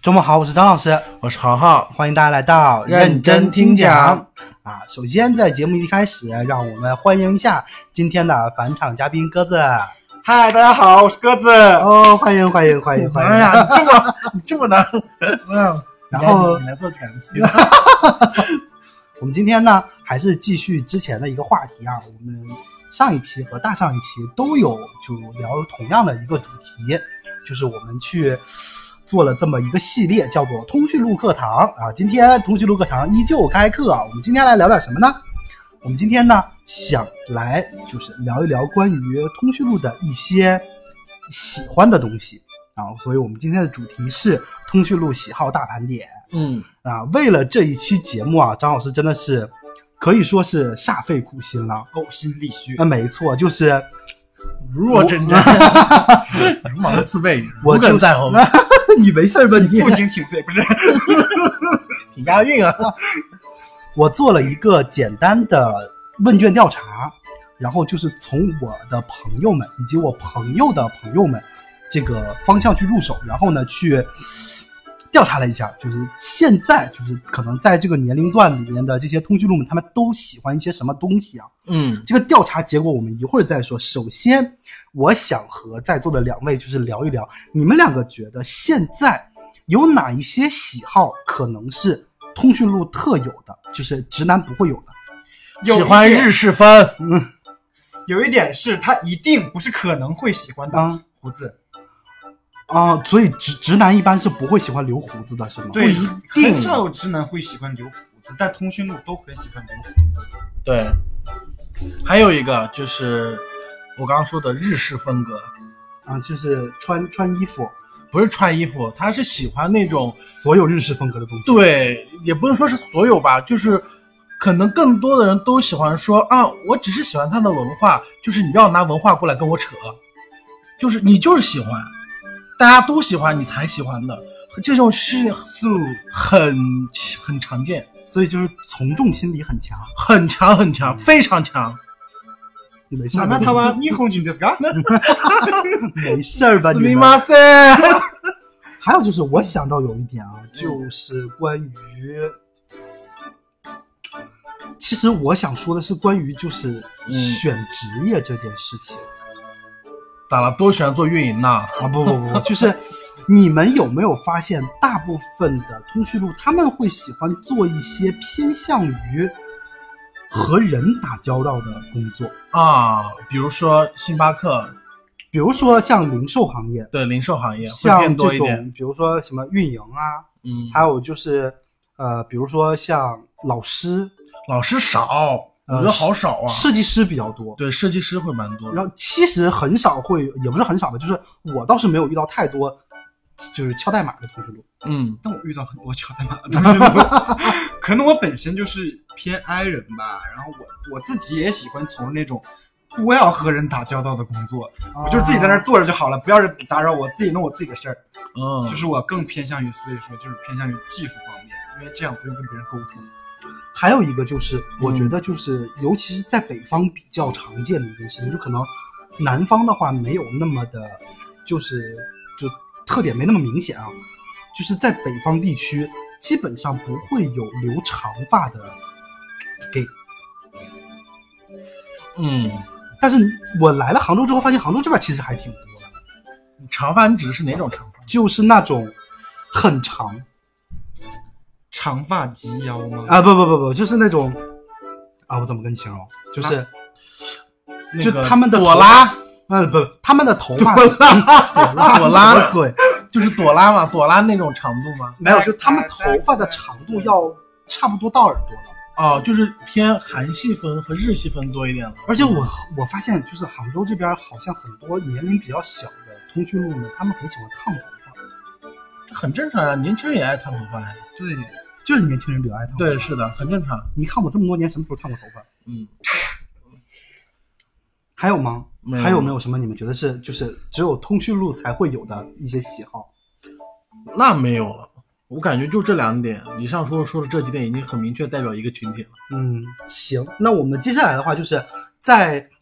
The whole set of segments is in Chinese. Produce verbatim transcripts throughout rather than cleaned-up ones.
周末好，我是张老师， 我是豪豪， 欢迎大家来到认真听讲啊！首先在节目一开始，让我们欢迎一下今天的返场嘉宾鸽子。 嗨，大家好，我是鸽子。 哦，欢迎欢迎欢迎欢迎！ 哎呀，你这么你这么难，嗯， 然后你来做这个 M C。 我们今天呢，还是继续之前的一个话题啊，我们上一期和大上一期都有就聊同样的一个主题，就是我们去做了这么一个系列，叫做通讯录课堂啊。今天通讯录课堂依旧开课，我们今天来聊点什么呢？我们今天呢想来就是聊一聊关于通讯录的一些喜欢的东西啊，所以我们今天的主题是通讯录喜好大盘点。 嗯啊，为了这一期节目啊，张老师真的是可以说是煞费苦心了， 呕心沥血。 啊，没错，就是如若真真，如芒刺背， 我如鲠在喉。 你没事吧？你负荆请罪，不是？ 挺押韵啊！ 我做了一个简单的问卷调查，然后就是从我的朋友们以及我朋友的朋友们这个方向去入手，然后呢去调查了一下，就是现在就是可能在这个年龄段里面的这些通讯录们，他们都喜欢一些什么东西啊？ 嗯， 这个调查结果我们一会儿再说。首先，我想和在座的两位就是聊一聊，你们两个觉得现在有哪一些喜好可能是通讯录特有的，就是直男不会有的？ 喜欢日式风。 嗯， 有一点是他一定不是可能会喜欢的、 嗯、 胡子啊，所以直直男一般是不会喜欢留胡子的，是吗？ 对， 一定很少有直男会喜欢留胡子，但通讯录都很喜欢留胡子。 对，还有一个就是我刚刚说的日式风格啊，就是穿穿衣服， 不是穿衣服，他是喜欢那种所有日式风格的东西。 对，也不能说是所有吧，就是可能更多的人都喜欢说啊，我只是喜欢他的文化，就是你不要拿文化过来跟我扯，就是你就是喜欢，大家都喜欢你才喜欢的，这种是很很常见， 所以就是从众心理很强， 很强很强，非常強。 你没事吧？ 那他は日本人ですか？ 没事吧？ すみません。 还有就是我想到有一点啊，就是关于，其实我想说的是关于就是选职业这件事情。 咋了？都喜欢做运营呢？ 啊不不不，就是你们有没有发现，大部分的通讯录他们会喜欢做一些偏向于和人打交道的工作啊，比如说星巴克， 比如说像零售行业， 对，零售行业会像偏多这种一点， 比如说什么运营啊， 嗯， 还有就是呃，比如说像老师， 老师少，我觉得好少啊。 设计师比较多， 对，设计师会蛮多的。 然后其实很少会，也不是很少吧，就是我倒是没有遇到太多，就是敲代码的通讯录。 嗯， 但我遇到很多敲代码的通讯录，可能我本身就是偏 I 人吧，然后我我自己也喜欢从那种不要和人打交道的工作， 啊、 我就是自己在那儿坐着就好了，不要人打扰我，自己弄我自己的事儿。 嗯， 就是我更偏向于，所以说就是偏向于技术方面，因为这样不用跟别人沟通。 还有一个就是，我觉得就是，嗯、尤其是在北方比较常见的一件事情，就可能南方的话没有那么的，就是就特点没那么明显啊。就是在北方地区，基本上不会有留长发的 gay。 嗯， 但是我来了杭州之后，发现杭州这边其实还挺多的。 长发你指的是哪种长发？ 就是那种很长。 长发及腰吗？ 啊不不不不，就是那种啊，我怎么跟你形容？就是， 啊、 就他们的朵拉， 嗯不，他们的头发朵拉朵拉对， 就是朵拉嘛，朵拉那种长度吗？ 没有，就他们头发的长度要差不多到耳朵了。 哦，就是偏韩系风和日系风多一点了。 而且我我发现，就是杭州这边好像很多年龄比较小的通讯录呢，他们很喜欢烫头发， 这很正常啊，年轻人也爱烫头发呀。 对。 就是年轻人比较爱烫头发。 对，是的，很正常。 你看我这么多年什么时候烫过头发？ 嗯。 还有吗？ 没有。 还有没有什么你们觉得是就是只有通讯录才会有的一些喜好？ 那没有了，我感觉就这两点，以上说说的这几点已经很明确代表一个群体了。 嗯，行，那我们接下来的话就是在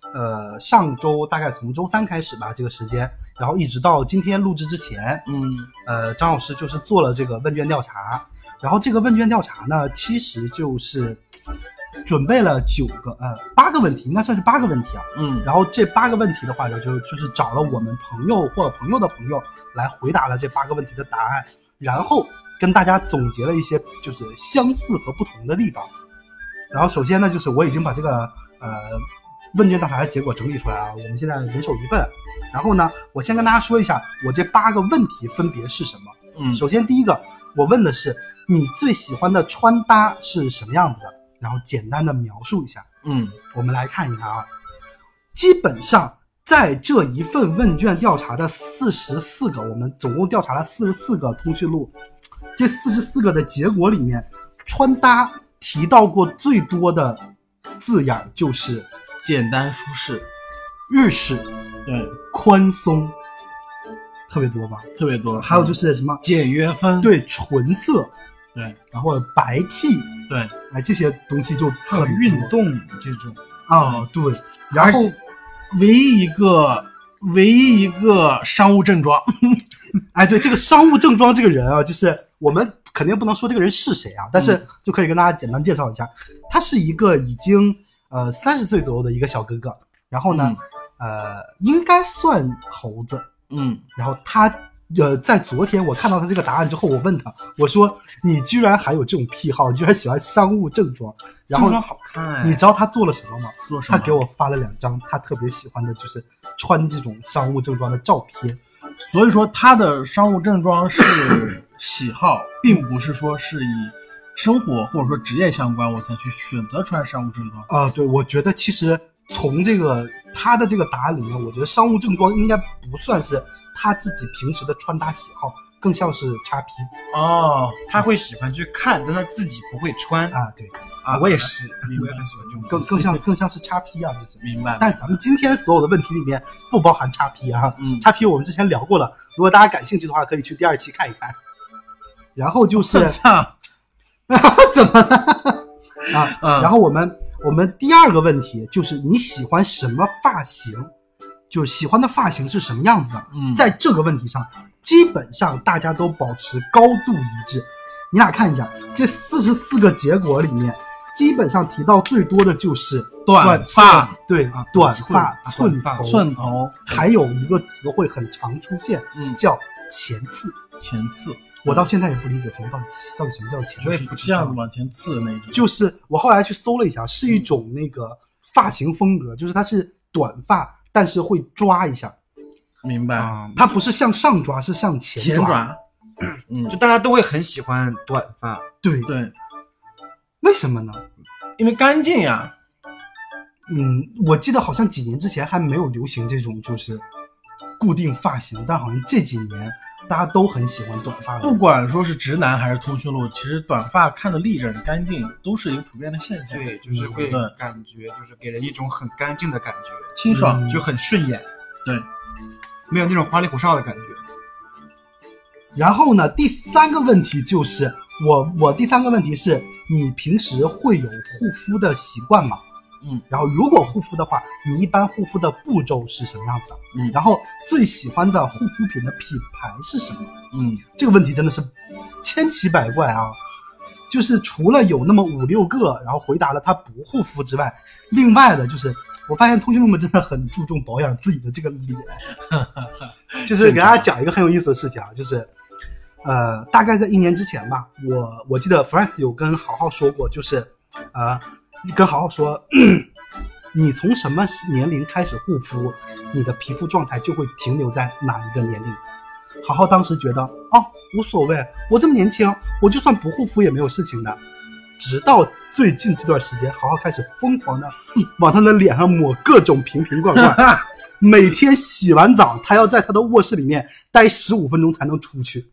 呃上周大概从周三开始吧，这个时间，然后一直到今天录制之前， 嗯， 呃，张老师就是做了这个问卷调查，然后这个问卷调查呢，其实就是准备了九个呃八个问题，应该算是八个问题啊。 嗯， 然后这八个问题的话呢，就就是找了我们朋友或者朋友的朋友来回答了这八个问题的答案，然后跟大家总结了一些就是相似和不同的地方。然后首先呢，就是我已经把这个呃问卷调查的结果整理出来啊，我们现在人手一份。然后呢，我先跟大家说一下我这八个问题分别是什么。 嗯， 首先第一个，我问的是你最喜欢的穿搭是什么样子的，然后简单的描述一下。 嗯， 我们来看一看啊，基本上在这一份问卷调查的四十四个，我们总共调查了四十四个通讯录，这四十四个的结果里面，穿搭提到过最多的字眼就是简单舒适， 日式、 对， 宽松，特别多吧？ 特别多。 还有就是什么简约风， 对，纯色， 对， 然后白 T， 对， 哎，这些东西就还有很运动这种啊，对，然后唯一一个唯一一个商务正装， 哎，对，这个商务正装这个人啊，就是我们肯定不能说这个人是谁啊，但是就可以跟大家简单介绍一下，他是一个已经呃三十岁左右的一个小哥哥，然后呢，嗯、呃，应该算猴子， 嗯， 然后他呃在昨天我看到他这个答案之后，我问他，我说你居然还有这种癖好，你居然喜欢商务正装，然后正装好看、哎， 你知道他做了什么吗？ 做什么？ 他给我发了两张他特别喜欢的，就是穿这种商务正装的照片。 所以说他的商务正装是喜好，并不是说是以生活或者说职业相关我才去选择穿商务正装啊、呃。对，我觉得其实从这个他的这个答案里面，我觉得商务正装应该不算是他自己平时的穿搭喜好，更像是叉 P 哦， 他会喜欢去看，但他自己不会穿啊。对啊，我也是， 我也很喜欢这种， 更更像更像是叉 P 啊，这是明白。 但咱们今天所有的问题里面不包含叉 P 啊， 嗯， 叉 P 我们之前聊过了，如果大家感兴趣的话，可以去第二期看一看。然后就是怎么了啊、嗯？然后我们我们第二个问题就是你喜欢什么发型？就喜欢的发型是什么样子的？ 嗯， 在这个问题上，基本上大家都保持高度一致。你俩看一下，这四十四个结果里面，基本上提到最多的就是短发， 对啊，短发、寸头、 寸头， 还有一个词汇很常出现， 嗯， 叫前刺。 前刺， 我到现在也不理解什么到底到底什么叫前刺， 我也不这样子往前刺的那种。 就是我后来去搜了一下，是一种那个发型风格，就是它是短发，但是会抓一下。 明白， 嗯、 它不是向上抓，是向前抓。 前抓。 嗯，就大家都会很喜欢短发， 对对， 为什么呢？ 因为干净呀。 嗯，我记得好像几年之前还没有流行这种就是固定发型，但好像这几年大家都很喜欢短发。 不管说是直男还是通讯录，其实短发看着立正干净，都是一个普遍的现象。 对，就是会感觉就是给人一种很干净的感觉， 清爽， 嗯、就很顺眼。 对， 没有那种花里胡哨的感觉。 然后呢，第三个问题就是我我第三个问题是你平时会有护肤的习惯吗？ 嗯， 然后如果护肤的话，你一般护肤的步骤是什么样子的？ 嗯， 然后最喜欢的护肤品的品牌是什么？ 嗯， 这个问题真的是千奇百怪啊！就是除了有那么五六个，然后回答了他不护肤之外，另外的就是我发现通讯录们真的很注重保养自己的这个脸。就是给大家讲一个很有意思的事情啊，就是呃，大概在一年之前吧，我我记得 Francis 有跟好好说过，就是呃，跟好好说，你从什么年龄开始护肤，你的皮肤状态就会停留在哪一个年龄。好好当时觉得哦无所谓，我这么年轻，我就算不护肤也没有事情的。直到最近这段时间，好好开始疯狂的往他的脸上抹各种瓶瓶罐罐。每天洗完澡，他要在他的卧室里面待十五分钟才能出去。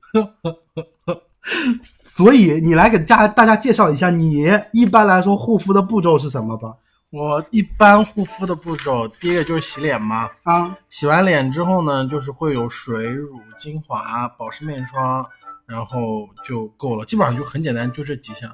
所以你来给大大家介绍一下，你一般来说护肤的步骤是什么吧？ 我一般护肤的步骤，第一个就是洗脸嘛。 啊， 洗完脸之后呢，就是会有水、乳、精华、保湿面霜，然后就够了，基本上就很简单，就这几项。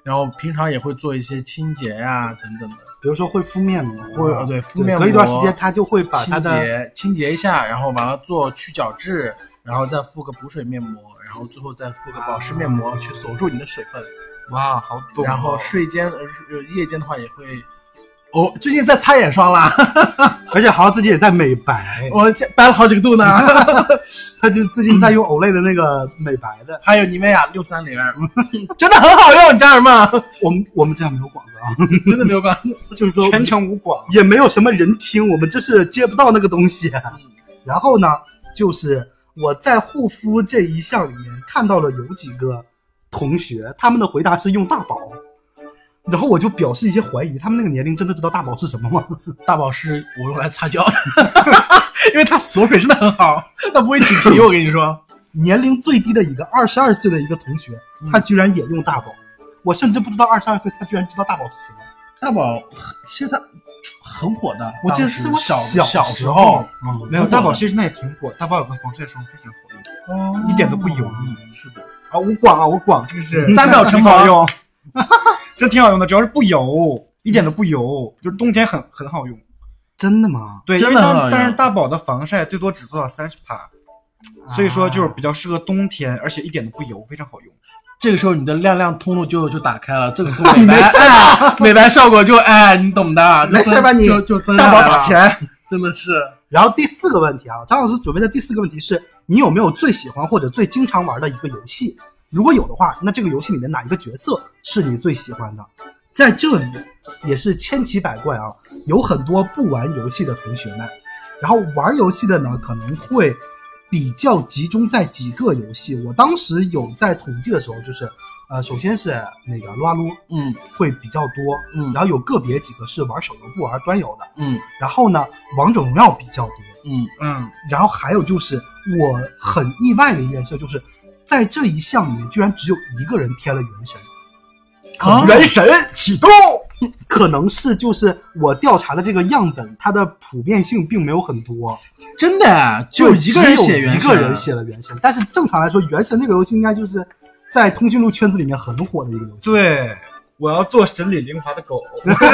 然后平常也会做一些清洁呀、啊、等等的， 比如说会敷面膜， 会呃对敷面膜， 隔一段时间他就会把他的清洁清洁一下，然后完了做去角质，然后再敷个补水面膜，然后最后再敷个保湿面膜、啊、去锁住你的水分。 哇，好懂、哦。 然后睡间呃夜间的话也会。我、哦、最近在擦眼霜啦， 而且豪豪自己也在美白， 我白了好几个度呢。 他就最近在用 Olay 的那个美白的， 还有妮维雅六三零，真的很好用，家人们。 我们我们这样没有广告啊， 真的没有广告， 就是说全程无广， 也没有什么人听，我们这是接不到那个东西。然后呢，就是我在护肤这一项里面看到了有几个同学，他们的回答是用大宝。然后我就表示一些怀疑，他们那个年龄真的知道大宝是什么吗？ 大宝是我用来擦胶的，因为它锁水真的很好，它不会起皮。我跟你说， 年龄最低的一个二十二岁的一个同学，他居然也用大宝，嗯、我甚至不知道二十二岁他居然知道大宝是什么。 大宝其实他很火的， 我记得是我小小时候， 嗯、没有大宝其实那也挺火，大宝有个防晒霜非常好用，哦、一点都不油腻。 是的啊，无广啊无广，这个是三秒成好用。这挺好用的，主要是不油，一点都不油，就是冬天很很好用。 真的吗？ 对， 真的很好用。 但是大宝的防晒最多只做到三十帕，所以说就是比较适合冬天，而且一点都不油，非常好用。 这个时候你的亮亮通路就就打开了，这个时候美白哎，美白效果就哎，你懂的， 没事吧你就就增大宝把钱， 真的是。 然后第四个问题啊，张老师准备的第四个问题是你有没有最喜欢或者最经常玩的一个游戏？如果有的话，那这个游戏里面哪一个角色是你最喜欢的？在这里也是千奇百怪啊，有很多不玩游戏的同学们，然后玩游戏的呢可能会比较集中在几个游戏。我当时有在统计的时候，就是呃，首先是那个撸啊撸， 嗯， 会比较多， 嗯， 然后有个别几个是玩手游不玩端游的， 嗯， 然后呢，王者荣耀比较多， 嗯嗯， 然后还有就是我很意外的一件事就是。在这一项里面，居然只有一个人添了原神， 啊、 原神启动，可能是就是我调查的这个样本，它的普遍性并没有很多， 真的就一个人写原神， 一个人写了原神，但是正常来说，原神这个游戏应该就是在通讯录圈子里面很火的一个游戏。 对，我要做神里灵华的狗，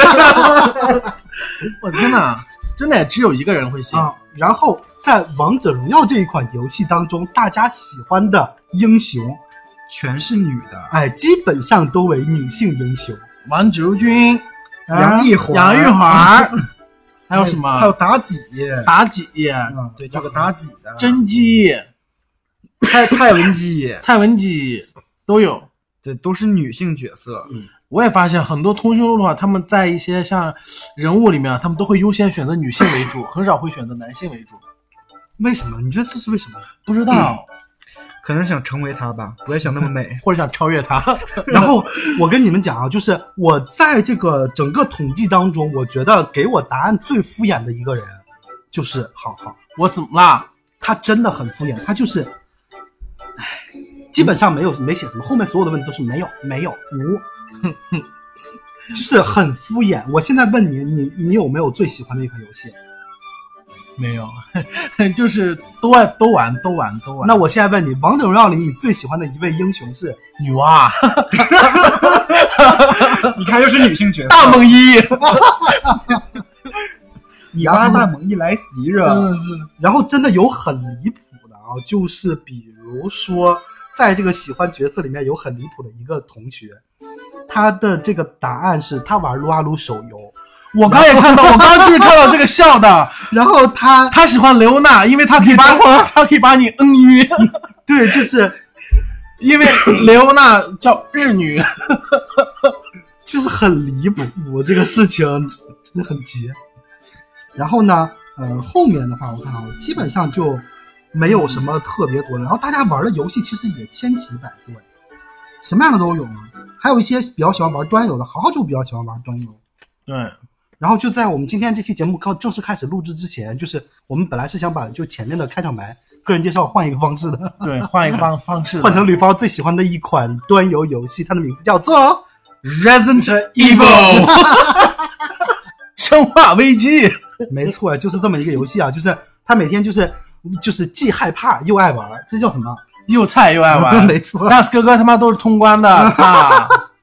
我天哪！真的只有一个人会写、 啊、然后在王者荣耀这一款游戏当中，大家喜欢的英雄全是女的， 哎，基本上都为女性英雄。 王九君、 杨玉环、 杨玉环，还有什么？ 还有妲己、 妲己， 嗯，对，这个妲己的， 甄姬、 蔡蔡文姬、 蔡文姬都有， 对，都是女性角色。 嗯。我也发现很多通讯录的话，他们在一些像人物里面，他们都会优先选择女性为主，很少会选择男性为主。 为什么？你觉得这是为什么？ 不知道、嗯， 可能想成为她吧，我也想那么美， 或者想超越她。 然后我跟你们讲啊，就是我在这个整个统计当中，我觉得给我答案最敷衍的一个人就是浩浩。 我怎么啦？ 他真的很敷衍，他就是，唉，基本上没有没写什么，后面所有的问题都是没有没有无。就是很敷衍。我现在问你，你你有没有最喜欢的一款游戏？ 没有，就是都玩都玩都玩都玩。 那我现在问你，王者荣耀里你最喜欢的一位英雄是女娲？ 你看又是女性角色， 大萌一。 你把大萌一来袭着、 嗯， 然后真的有很离谱的啊，就是比如说。在这个喜欢角色里面有很离谱的一个同学，他的这个答案是他玩撸啊撸手游。 我刚也看到，我刚刚就是看到这个笑的。 然后他他喜欢刘娜，因为他可以把他可以把你嗯晕。 对，就是因为刘娜叫日女， 就是很离谱，这个事情真的很绝。然后呢，呃，后面的话我看啊，基本上就。没有什么特别多的，然后大家玩的游戏其实也千奇百怪，什么样的都有呢。还有一些比较喜欢玩端游的，豪豪就比较喜欢玩端游。 对， 然后就在我们今天这期节目正式开始录制之前，就是我们本来是想把就前面的开场白、个人介绍换一个方式的， 对，换一个方方式， 换成吕方最喜欢的一款端游游戏，它的名字叫做 Resident Evil 生化危机。 没错，就是这么一个游戏啊，就是他每天就是就是既害怕又爱玩，这叫什么？ 又菜又爱玩。 没错， 那哥哥他妈都是通关的，操！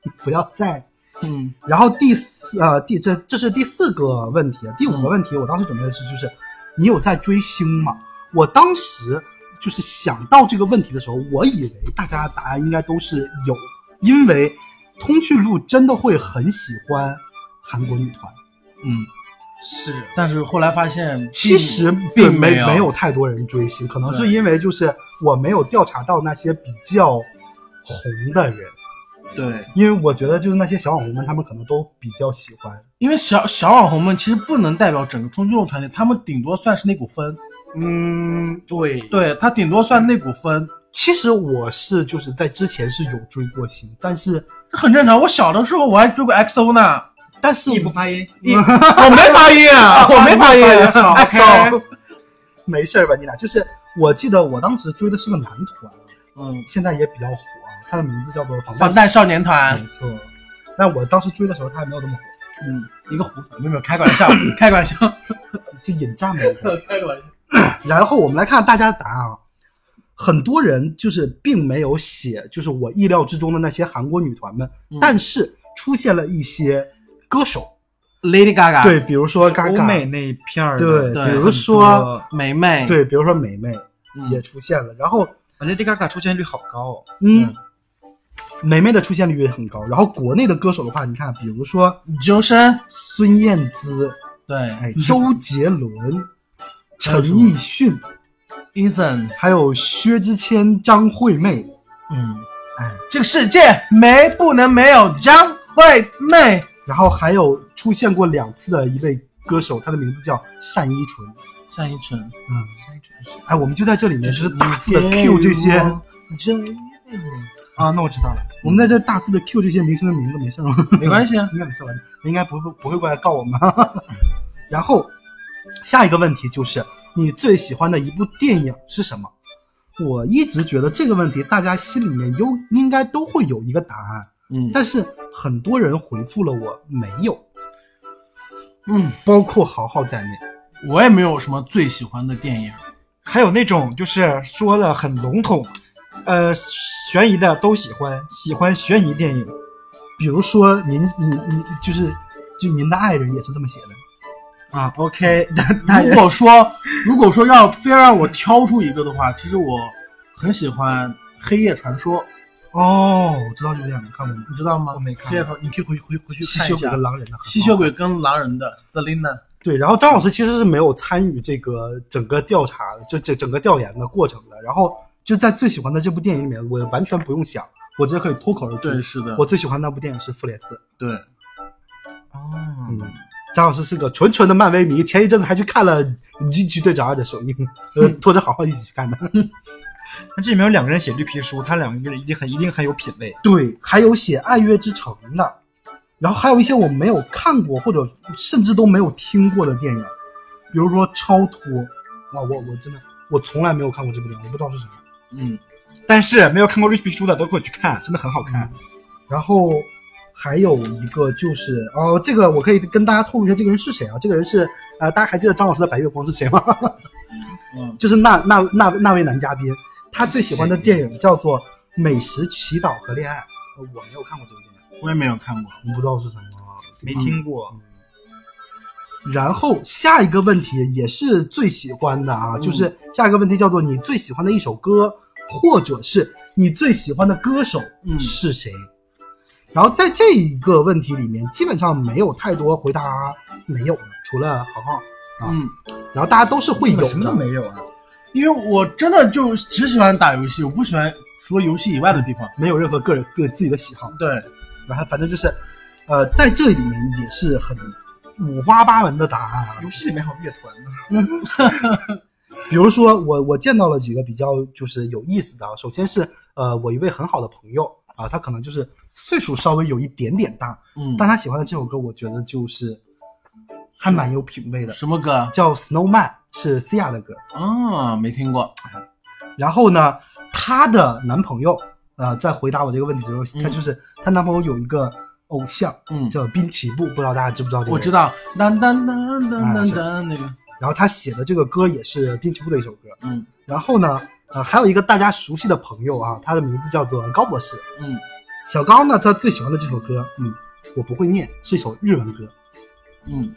不要再。 嗯， 然后第四呃第这这是第四个问题，第五个问题，我当时准备的是就是你有在追星吗？我当时就是想到这个问题的时候，我以为大家答案应该都是有，因为通讯录真的会很喜欢韩国女团。 嗯， 是， 但是后来发现其实并没有没没有太多人追星，可能是因为就是我没有调查到那些比较红的人。 对， 因为我觉得就是那些小网红们，他们可能都比较喜欢。 因为小小网红们其实不能代表整个通讯录团体，他们顶多算是那股风。 嗯，对， 对，他顶多算那股风。 其实我是就是在之前是有追过星，但是很正常。我小的时候我还追过 X O 呢， 但是你不发音， 一我没发音啊，我没发音。X O， 没事吧？你俩就是我记得我当时追的是个男团， 嗯， 现在也比较火啊，他的名字叫做防防弹少年团， 没错。但我当时追的时候他还没有那么火。 嗯，一个糊涂，没有没有开个玩笑，开个玩笑， 就引战嘛。 开个玩笑。 然后我们来看大家的答案啊，很多人就是并没有写，就是我意料之中的那些韩国女团们，嗯、但是出现了一些歌手 ，Lady Gaga， 对，比如说 Gaga， 欧美那一片儿， 对， 对， 比如说梅梅， 对，比如说梅梅也出现了，嗯、然后 Lady Gaga 出现率好高、哦， 嗯。嗯梅梅的出现率也很高，然后国内的歌手的话，你看，比如说周深、 孙燕姿， 对， 哎，周杰伦、陈奕迅、 Eason， 还有薛之谦、张惠妹， 嗯，哎，这个世界没不能没有张惠妹。 然后还有出现过两次的一位歌手，他的名字叫单依纯。 单依纯， 嗯，单依纯是，哎，我们就在这里面就是大肆的 Q 这些。 啊，那我知道了。 我们在这大肆的 Q 这些明星的名字，没事吗？ 没关系啊， 应该没事吧？应该不会不会过来告我们。然后下一个问题就是你最喜欢的一部电影是什么？我一直觉得这个问题大家心里面有应该都会有一个答案， 嗯， 但是很多人回复了我没有， 嗯， 包括豪豪在内。 我也没有什么最喜欢的电影， 还有那种就是说的很笼统。呃，悬疑的都喜欢，喜欢悬疑电影。 比如说您，你你就是就您的爱人也是这么写的啊。OK， 如果说如果说要非要让我挑出一个的话，其实我很喜欢《黑夜传说》。 哦，我知道这个电影，看过吗？ 你知道吗？ 我没看。 黑夜传，你可以回回回去看一下。 吸血鬼跟狼人的， 吸血鬼跟狼人的 Selina。 对，然后张老师其实是没有参与这个整个调查，就这整个调研的过程的，然后。就在最喜欢的这部电影里面，我完全不用想，我直接可以脱口而出。 对，是的， 我最喜欢那部电影是《复联四》。 对， 哦， 嗯，张老师是个纯纯的漫威迷，前一阵子还去看了《G G 队长二》的首映，呃，拖着好好一起去看的。 那这里面有两个人写绿皮书，他两个人一定很一定很有品位。 对，还有写《爱乐之城》的，然后还有一些我没有看过或者甚至都没有听过的电影，比如说《超脱》。哇，我我真的我从来没有看过这部电影，我不知道是什么。 嗯，但是没有看过绿皮书的都可以去看，真的很好看。 嗯、然后还有一个就是哦，这个我可以跟大家透露一下，这个人是谁啊？这个人是呃，大家还记得张老师的白月光是谁吗？嗯，就是那那那那位男嘉宾，他最喜欢的电影叫做《美食祈祷和恋爱》。呃，我没有看过这个电影， 我也没有看过， 你不知道是什么， 没听过。 嗯、然后下一个问题也是最喜欢的啊，嗯、就是下一个问题叫做你最喜欢的一首歌，或者是你最喜欢的歌手是谁？嗯、然后在这一个问题里面，基本上没有太多回答没有的，除了豪豪啊，嗯，然后大家都是会有的， 什么都没有啊， 因为我真的就只喜欢打游戏，我不喜欢除了游戏以外的地方， 没有任何个人个自己的喜好。 对， 然后反正就是，呃，在这里面也是很五花八门的答案啊。 游戏里面还有乐团呢，比如说我我见到了几个比较就是有意思的啊。首先是呃我一位很好的朋友啊，他可能就是岁数稍微有一点点大，嗯，但他喜欢的这首歌，我觉得就是还蛮有品位的。 什么歌？ 叫 Snowman， 是 Sia 的歌。 哦，没听过。 然后呢，她的男朋友呃在回答我这个问题的时候，嗯、他就是她男朋友有一个偶像，嗯，叫滨崎步，不知道大家知不知道这个？ 我知道，当当当当当当那个。 然后他写的这个歌也是滨崎步的一首歌， 嗯。然后呢，呃，还有一个大家熟悉的朋友啊，他的名字叫做高博士， 嗯， 小高呢，他最喜欢的这首歌，嗯，我不会念，是一首日文歌。 嗯，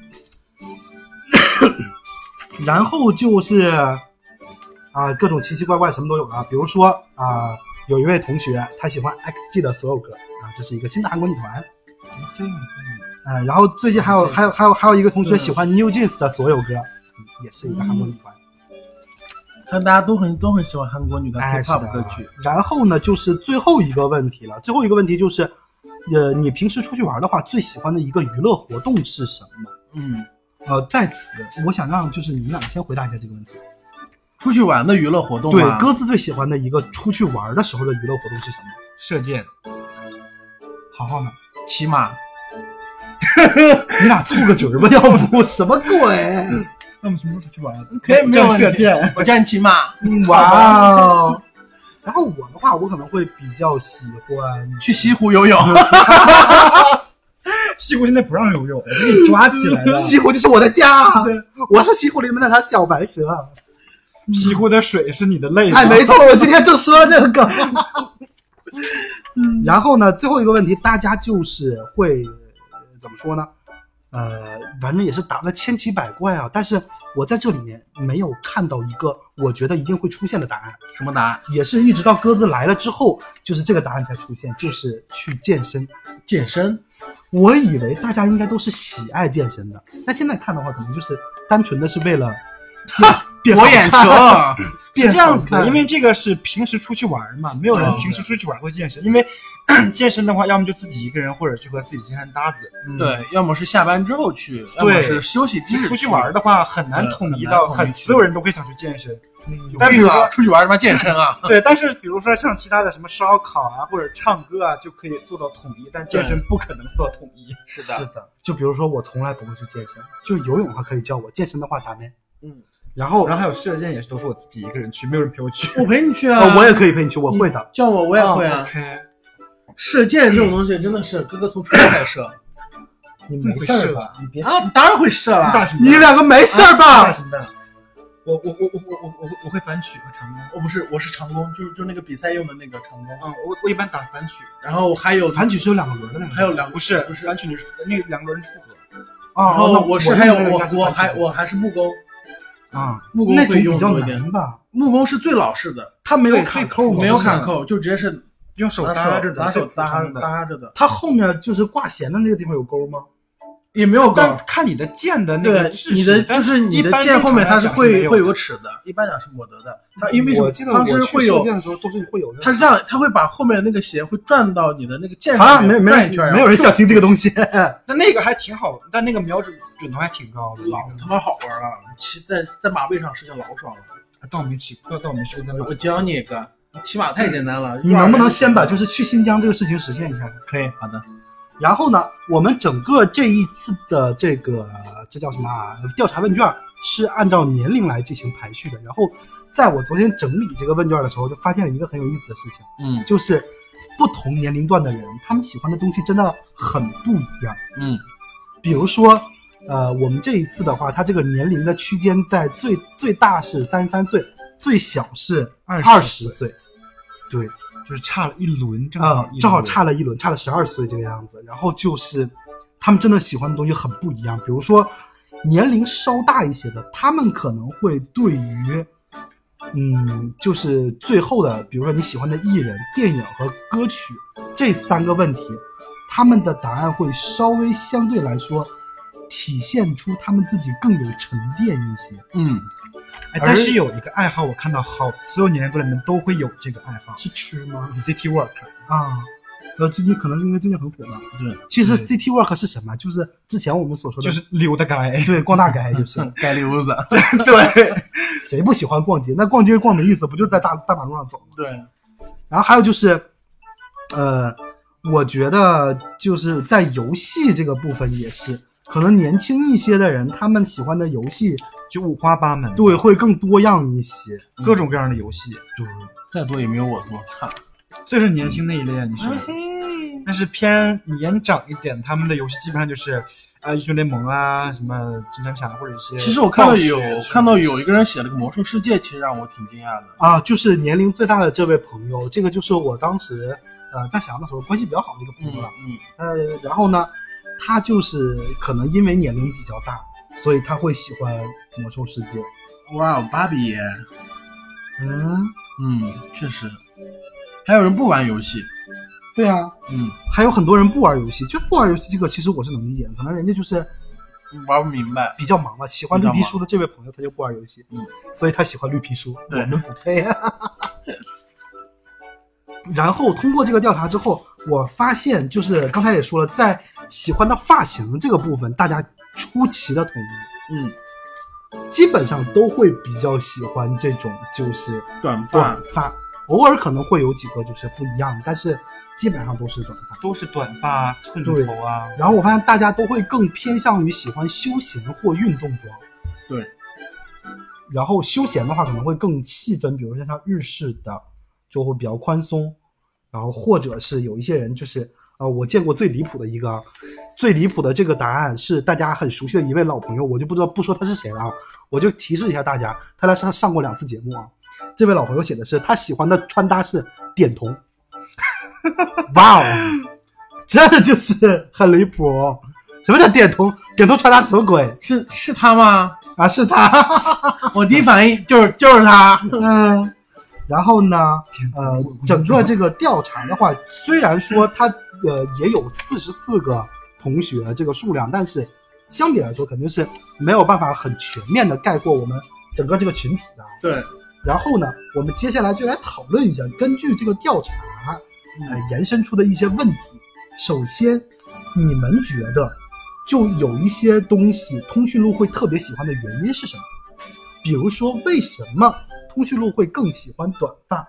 然后就是啊、呃，各种奇奇怪怪什么都有啊，比如说啊、呃，有一位同学他喜欢 X G 的所有歌啊，这是一个新的韩国女团。 飞你飞你。 呃，然后最近还有还有还有还有一个同学喜欢 New Jeans 的所有歌，嗯、也是一个韩国女团。 看大家都很都很喜欢韩国女的 K-pop 歌曲。 然后呢，就是最后一个问题了。最后一个问题就是，呃，你平时出去玩的话，最喜欢的一个娱乐活动是什么？ 嗯， 呃，在此我想让就是你们俩先回答一下这个问题。 出去玩的娱乐活动对，鸽子最喜欢的一个出去玩的时候的娱乐活动是什么？ 射箭。 好好呢？ 骑马。 你俩凑个准吧，要不什么鬼？ 那我们什么时候出去玩？ 可以，没有射箭。 我叫你骑马。 哇哦！然后我的话，我可能会比较喜欢去西湖游泳。 西湖现在不让游泳，我给你抓起来了。 西湖就是我的家，我是西湖里面的条小白蛇。 西湖的水是你的泪。 哎，没错，我今天就说了这个梗。然后呢，最后一个问题，大家就是会怎么说呢？呃，反正也是答的千奇百怪啊，但是我在这里面没有看到一个我觉得一定会出现的答案。 什么答案？ 也是一直到鸽子来了之后，就是这个答案才出现，就是去健身。 健身， 我以为大家应该都是喜爱健身的，但现在看的话，可能就是单纯的是为了博眼球。 是这样子的，因为这个是平时出去玩嘛，没有人平时出去玩会健身，因为健身的话，要么就自己一个人，或者是和自己健身搭子。 嗯、对，要么是下班之后去，要么是休息日。 出去玩的话，很难统一到很所有人都会想去健身。 嗯、但是出去玩什么健身啊？ 对，但是比如说像其他的什么烧烤啊，或者唱歌啊，就可以做到统一，但健身不可能做到统一。 是的， 是的。就比如说我从来不会去健身，就游泳的话可以叫我，健身的话打咩？ 嗯。 然后， 然后还有射箭也是都是我自己一个人去，没有人陪我去。 我陪你去啊！ 哦、我也可以陪你去，我会的。 叫我我也会啊。 哦 okay、 射箭这种东西真的是哥哥从初中开始射。 你没事吧？ 你别啊！你当然会射了。 你两个没事吧？ 大什么的？我我我我我我我我会反曲和长弓。 我不是，我是长弓，就是就是那个比赛用的那个长弓。 嗯，我我一般打反曲， 然后还有反曲是有两个轮的那个， 还有两不是不是反曲，你是那个两个轮是复合。 啊， 然后我是还有我我还我还是木弓。 啊， 木弓会用多一点吧？ 木弓是最老式的， 它没有卡扣， 没有卡扣，就直接是用手搭着的， 拿手搭搭着的。 它后面就是挂弦的那个地方有钩吗？ 也没有钩， 看你的箭的那个你的就是你的箭后面它是会会有个齿的，一般讲是抹得的。它因为我记得当时会有箭的时候都是会有的。 它是这样，它会把后面的那个弦会转到你的那个箭上面，没转一圈。 没有人想听这个东西。 那那个还挺好，但那个瞄准准度还挺高的， 老他妈好玩了，骑在在马背上实现老爽了。 但我没骑，但我没骑过。 我教你一个，骑马太简单了。 你能不能先把就是去新疆这个事情实现一下？ 可以，好的。 然后呢，我们整个这一次的这个这叫什么啊？调查问卷是按照年龄来进行排序的。然后，在我昨天整理这个问卷的时候，就发现了一个很有意思的事情， 嗯， 就是不同年龄段的人，他们喜欢的东西真的很不一样。 嗯， 比如说，呃，我们这一次的话，它这个年龄的区间在最最大是三十三岁，最小是二十岁，对。 就是差了一轮，正好、 嗯、正好差了一轮，差了十二岁这个样子。然后就是他们真的喜欢的东西很不一样，比如说年龄稍大一些的，他们可能会对于嗯，就是最后的，比如说你喜欢的艺人、电影和歌曲这三个问题，他们的答案会稍微相对来说体现出他们自己更有沉淀一些。 嗯。 哎，但是有一个爱好，我看到好所有年龄段里面都会有这个爱好， 是吃吗 ？City Walk 啊，呃，最近可能是因为最近很火嘛。 对， 其实 City Walk 是什么？就是之前我们所说的， 就是溜达街， 对，逛大街就是街溜子。 对，谁不喜欢逛街？那逛街逛没意思，不就在大大马路上走吗？ 对。 然后还有就是，呃，我觉得就是在游戏这个部分也是，可能年轻一些的人，他们喜欢的游戏。 就五花八门， 对，会更多样一些， 嗯、各种各样的游戏， 对，再多也没有我多，操！ 所以是年轻那一类啊，你是，但是偏年长一点，他们的游戏基本上就是啊，英雄联盟啊，什么金铲铲或者一些。 其实我看到有看到有一个人写了个魔兽世界，其实让我挺惊讶的啊，就是年龄最大的这位朋友，这个就是我当时呃在沈阳的时候关系比较好的一个朋友了。 嗯呃，然后呢，他就是可能因为年龄比较大，所以他会喜欢魔兽世界。 哇，芭比耶， 嗯嗯，确实，还有人不玩游戏， 对啊， 嗯， 还有很多人不玩游戏，就不玩游戏这个其实我是能理解的，可能人家就是玩不明白， 比较忙了。喜欢绿皮书的这位朋友他就不玩游戏， 嗯， 所以他喜欢绿皮书， 对我们不配啊。然后通过这个调查之后，我发现就是刚才也说了，在喜欢的发型这个部分，大家出奇的统一， 嗯， 基本上都会比较喜欢这种就是短发短发，偶尔可能会有几个就是不一样，但是基本上都是短发， 都是短发、寸头啊。 然后我发现大家都会更偏向于喜欢休闲或运动装， 对。 然后休闲的话可能会更细分，比如说像日式的就会比较宽松，然后或者是有一些人就是呃，我见过最离谱的一个，最离谱的这个答案是大家很熟悉的一位老朋友，我就不知道不说他是谁了啊，我就提示一下大家，他来上上过两次节目啊。这位老朋友写的是他喜欢的穿搭是点瞳，哇哦，这就是很离谱。什么叫点瞳？点瞳穿搭什么鬼？ 是是他吗？ 啊，是他。 我第一反应就是就是他。 嗯。然后呢，呃，整个这个调查的话，虽然说它呃也有四十四个同学这个数量，但是相比来说肯定是没有办法很全面的概括我们整个这个群体的。 对。 然后呢，我们接下来就来讨论一下，根据这个调查呃延伸出的一些问题。首先，你们觉得就有一些东西通讯录会特别喜欢的原因是什么？比如说，为什么通讯录会更喜欢短发？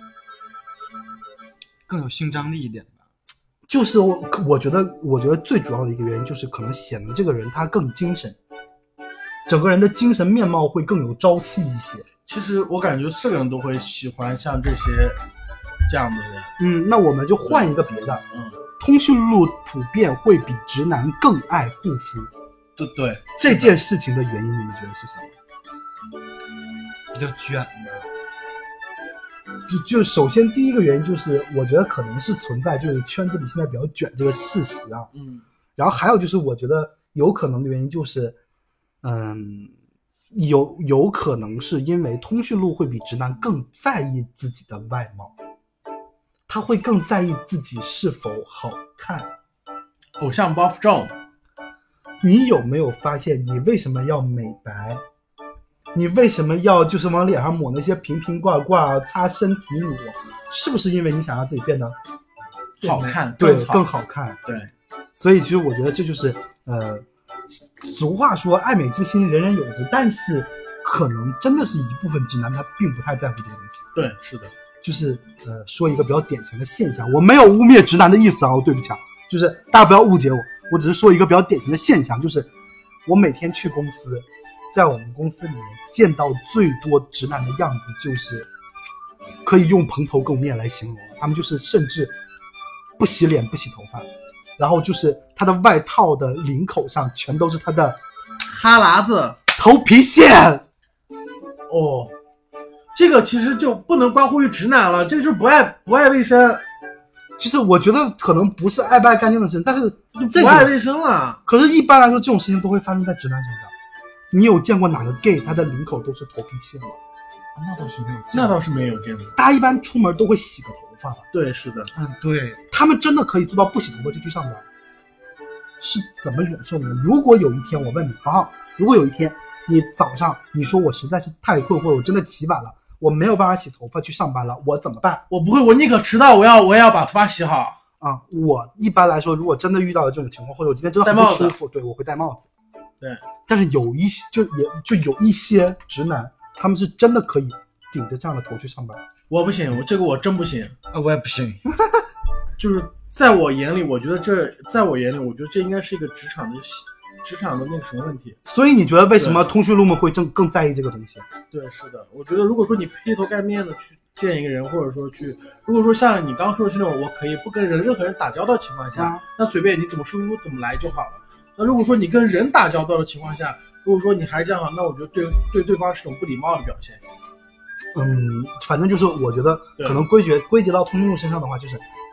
更有性张力一点吧。 就是我，我觉得，我觉得最主要的一个原因就是可能显得这个人他更精神，整个人的精神面貌会更有朝气一些。 其实我感觉是个人都会喜欢像这些这样的人。 嗯，那我们就换一个别的。 嗯， 通讯录普遍会比直男更爱护肤。 对对， 这件事情的原因你们觉得是什么？ 比较卷的。 就就首先第一个原因就是，我觉得可能是存在就是圈子里现在比较卷这个事实啊。 嗯。 然后还有就是，我觉得有可能的原因就是，嗯，有有可能是因为通讯录会比直男更在意自己的外貌，他会更在意自己是否好看。 偶像包袱重。 你有没有发现，你为什么要美白？你为什么要就是往脸上抹那些瓶瓶罐罐、擦身体乳？是不是因为你想让自己变得好看？ 对， 更好更好看。 对， 所以其实我觉得这就是呃，俗话说爱美之心人人有之，但是可能真的是一部分直男他并不太在乎这个东西。 对，是的， 就是呃，说一个比较典型的现象，我没有污蔑直男的意思啊，我对不起啊，就是大家不要误解我，我只是说一个比较典型的现象，就是我每天去公司。在我们公司里面见到最多直男的样子，就是可以用蓬头垢面来形容。他们就是甚至不洗脸不洗头发，然后就是他的外套的领口上全都是他的哈喇子、 头皮屑。 哦，这个其实就不能关乎于直男了，这就是不爱不爱卫生。 其实我觉得可能不是爱不爱干净的事情，但是不爱卫生了。 可是一般来说，这种事情都会发生在直男身上。你有见过哪个 gay 他的领口都是头皮屑吗？ 那倒是没有， 那倒是没有见过。 大家一般出门都会洗个头发吧？ 对，是的， 嗯，对， 他们真的可以做到不洗头发就去上班，是怎么忍受的呢？如果有一天我问你，好，如果有一天你早上你说我实在是太困惑了，我真的起晚了，我没有办法洗头发去上班了，我怎么办？ 我不会，我宁可迟到，我要我也要把头发洗好啊！我一般来说，如果真的遇到了这种情况，或者我今天真的很不舒服，对，我会戴帽子。 对， 但是有一些就也就有一些直男，他们是真的可以顶着这样的头去上班。 我不行，我这个我真不行啊，我也不行。 就是在我眼里，我觉得这在我眼里，我觉得这应该是一个职场的职场的那个什么问题。 所以你觉得为什么通讯录们会更更在意这个东西？ 对，是的，我觉得如果说你披头盖面的去见一个人，或者说去，如果说像你刚刚说的是那种我可以不跟人任何人打交道的情况下，啊、那随便你怎么舒服怎么来就好了。那如果说你跟人打交道的情况下，如果说你还是这样，那我觉得对对对方是种不礼貌的表现。 嗯，反正就是我觉得可能归结归结到通讯录身上的话，就是他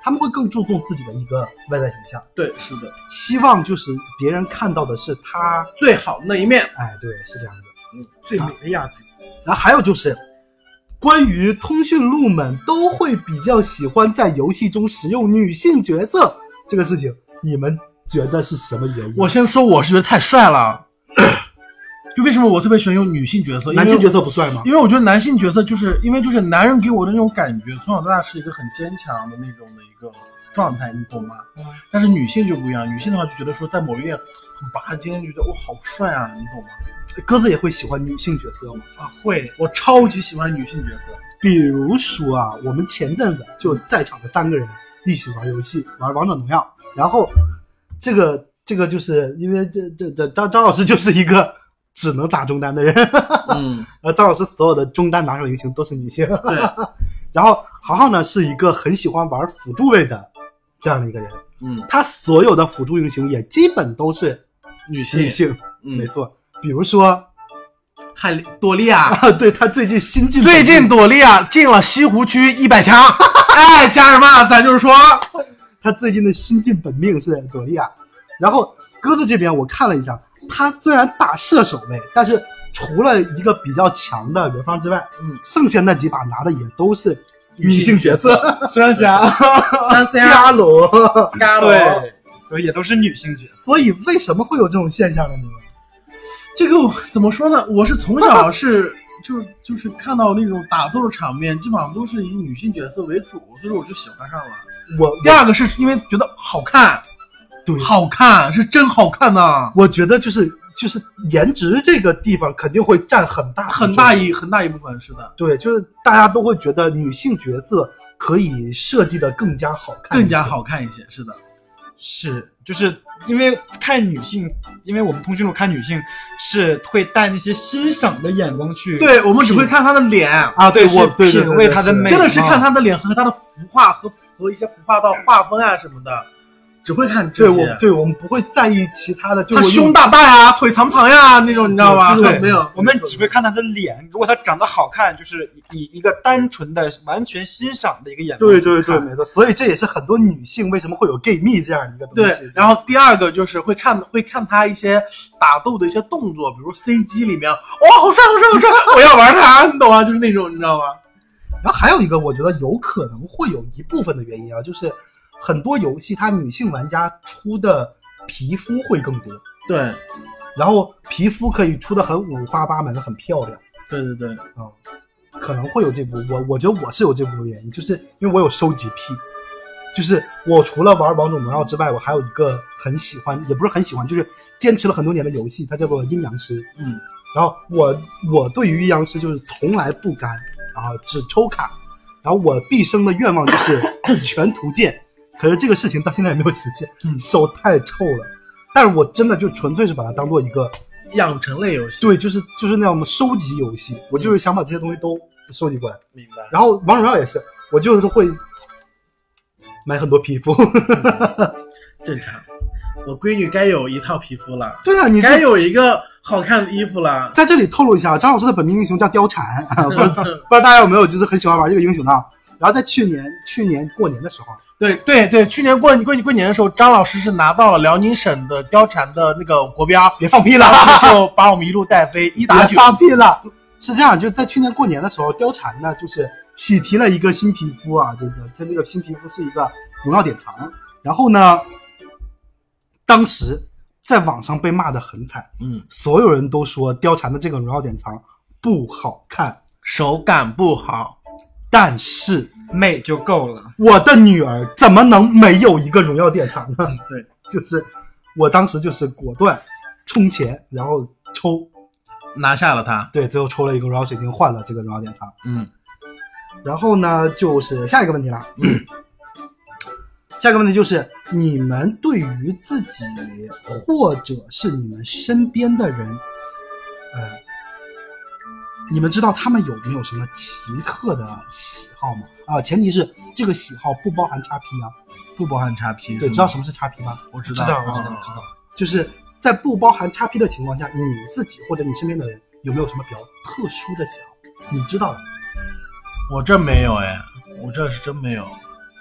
他们会更注重自己的一个外在形象， 对，是的， 希望就是别人看到的是他最好的那一面。 哎，对，是这样的。 嗯，最美的样子。 然后还有就是，关于通讯录们都会比较喜欢在游戏中使用女性角色这个事情，你们觉得是什么原因？ 我先说，我是觉得太帅了。就为什么我特别喜欢用女性角色？ 男性角色不帅吗？ 因为我觉得男性角色就是因为就是男人给我的那种感觉，从小到大是一个很坚强的那种的一个状态，你懂吗？嗯、但是女性就不一样，女性的话就觉得说在某一面很拔尖，就觉得哇好帅啊，你懂吗？ 鸽子也会喜欢女性角色吗？ 啊，会， 我超级喜欢女性角色。 比如说啊，我们前阵子就在场的三个人一起玩游戏，玩王者荣耀，然后这个这个就是因为这这这张张老师就是一个只能打中单的人， 嗯， 呃，张老师所有的中单拿手英雄都是女性， 对， 然后豪豪呢是一个很喜欢玩辅助位的这样的一个人， 嗯， 他所有的辅助英雄也基本都是女性， 女性， 嗯， 没错，比如说汉朵莉亚， 啊，对他最近新进， 最近朵莉亚进了西湖区一百强，哎，家人们，咱就是说， 他最近的新晋本命是朵莉亚，然后鸽子这边我看了一下。他虽然打射手位，但是除了一个比较强的元芳之外， 嗯， 剩下那几把拿的也都是女性角色， 酸霞、 伽罗、 伽罗， 对，对，也都是女性角色。 所以为什么会有这种现象呢？你们这个怎么说呢？我是从小是就就是看到那种打斗的场面，基本上都是以女性角色为主，所以我就喜欢上了。 我第二个是因为觉得好看。 对， 好看是真好看呐、啊！ 我觉得就是就是颜值这个地方肯定会占很大很大一很大一部分，是的。 对，就是大家都会觉得女性角色可以设计的更加好看， 更加好看一些，是的。 是，就是因为看女性，因为我们通讯录看女性是会带那些欣赏的眼光去， 对，我们只会看她的脸啊，对，我对品味她的美， 真的是看她的脸和她的服化和和一些服化道画风啊什么的。只会看这些， 对，我对我们不会在意其他的，就他胸大大呀，腿长长呀那种，你知道吧？ 对， 没有， 我们只会看他的脸。如果他长得好看，就是以一个单纯的、完全欣赏的一个眼光。 对对对，没错。所以这也是很多女性为什么会有 gay 蜜这样的一个东西。 对，然后第二个就是会看会看他一些打斗的一些动作，比如 C G 里面，哇、哦，好帅好帅好帅，我要玩他，你懂吗？就是那种，你知道吗？ 然后还有一个，我觉得有可能会有一部分的原因啊，就是。很多游戏它女性玩家出的皮肤会更多， 对， 然后皮肤可以出的很五花八门，很漂亮， 对对对， 嗯，可能会有这部，我我觉得我是有这部分原因，就是因为我有收集癖，就是我除了玩王者荣耀之外，我还有一个很喜欢，也不是很喜欢，就是坚持了很多年的游戏，它叫做阴阳师， 嗯， 然后我我对于阴阳师就是从来不干，然后只抽卡，然后我毕生的愿望就是全图鉴。可是这个事情到现在也没有实现，嗯，手太臭了。但是我真的就纯粹是把它当做一个养成类游戏， 对，就是就是那种收集游戏，嗯、我就是想把这些东西都收集过来。 明白。 然后王者荣耀也是，我就是会买很多皮肤， 正常。我闺女该有一套皮肤了， 对啊，你该有一个好看的衣服了。 在这里透露一下，张老师的本命英雄叫貂蝉，不知道不知道大家有没有就是很喜欢玩这个英雄呢？然后在去年去年过年的时候， 对对对，去年过过过年的时候，张老师是拿到了辽宁省的貂蝉的那个国标， 别放屁了， 就把我们一路带飞，一打九。 别放屁了，是这样，就在去年过年的时候，貂蝉呢就是喜提了一个新皮肤啊，这个它这个新皮肤是一个荣耀典藏，然后呢，当时在网上被骂得很惨， 嗯， 所有人都说貂蝉的这个荣耀典藏不好看， 手感不好。 但是美就够了。 我的女儿怎么能没有一个荣耀典藏呢？ 嗯、对， 就是我当时就是果断充钱，然后抽拿下了它。 对，最后抽了一个荣耀水晶，换了这个荣耀典藏。 嗯， 然后呢，就是下一个问题了。 嗯， 下一个问题就是你们对于自己或者是你们身边的人，呃。你们知道他们有没有什么奇特的喜好吗？啊、呃，前提是这个喜好不包含叉 P 啊， 不包含叉 P。 对，知道什么是叉 P 吗？ 我知道， 知道，我知道，我知道。 就是在不包含叉 P 的情况下，你自己或者你身边的人有没有什么比较特殊的喜好？你知道的？ 我这没有哎，我这是真没有。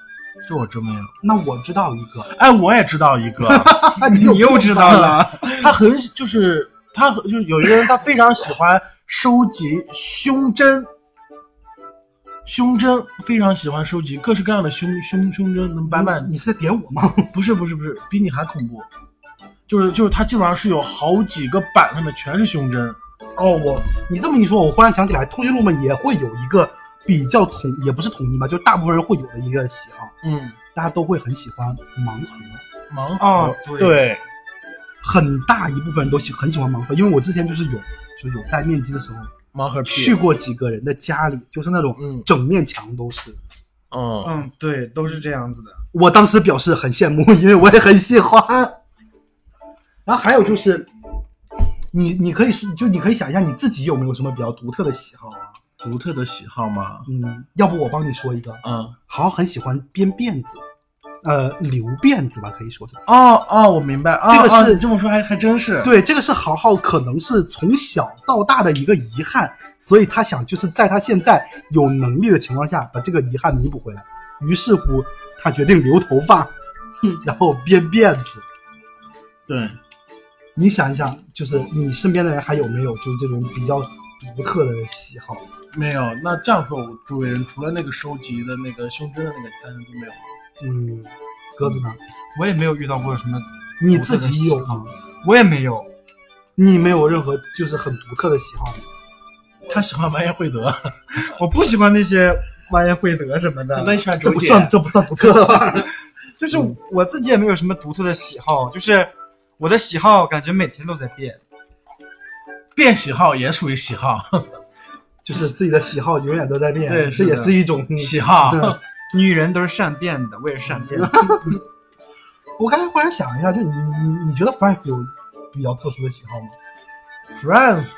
这我真没有。 那我知道一个， 哎，我也知道一个， 你你又知道了？ 他很就是他就是有一个人，他非常喜欢收集胸针，胸针非常喜欢收集各式各样的胸胸胸针，能摆满。 你, 你是在点我吗？ 不是不是不是，比你还恐怖。就是就是他基本上是有好几个板上面全是胸针。 哦，我你这么一说，我忽然想起来，通讯录们也会有一个比较统，也不是统一吧，就是大部分人会有的一个喜好。 嗯， 大家都会很喜欢盲盒。 盲盒， 哦，对， 对， 很大一部分人都喜很喜欢盲盒，因为我之前就是有就是有在面基的时候盲盒去过几个人的家里，就是那种整面墙都是。 嗯嗯，对，都是这样子的。 我当时表示很羡慕，因为我也很喜欢。然后还有就是，你你可以就你可以想一下你自己有没有什么比较独特的喜好啊？ 独特的喜好吗？ 嗯，要不我帮你说一个。 嗯， 好很喜欢编辫子，呃，留辫子吧，可以说是。 哦哦，我明白，哦、 这个是、 哦、你这么说还还真是。 对，这个是豪豪可能是从小到大的一个遗憾，所以他想就是在他现在有能力的情况下把这个遗憾弥补回来。于是乎，他决定留头发，然后编辫子。 对。 你想一想，就是你身边的人还有没有就是这种比较独特的喜好？ 没有。那这样说，我周围人除了那个收集的那个胸针的那个，其他人都没有。 嗯，鸽子呢？ 我也没有遇到过什么。 你自己有吗？ 我也没有。 你没有任何就是很独特的喜好吗？ 他喜欢完颜慧德， 我不喜欢那些完颜慧德什么的。 那你喜欢这不算这不算独特的吧？ 就是我自己也没有什么独特的喜好，就是我的喜好感觉每天都在变。 变喜好也属于喜好， 就是自己的喜好永远都在变。 对， 这也是一种喜好。 女人都是善变的，我也是善变的。 我刚才忽然想一下，就你你你觉得 France 有比较特殊的喜好吗 ？France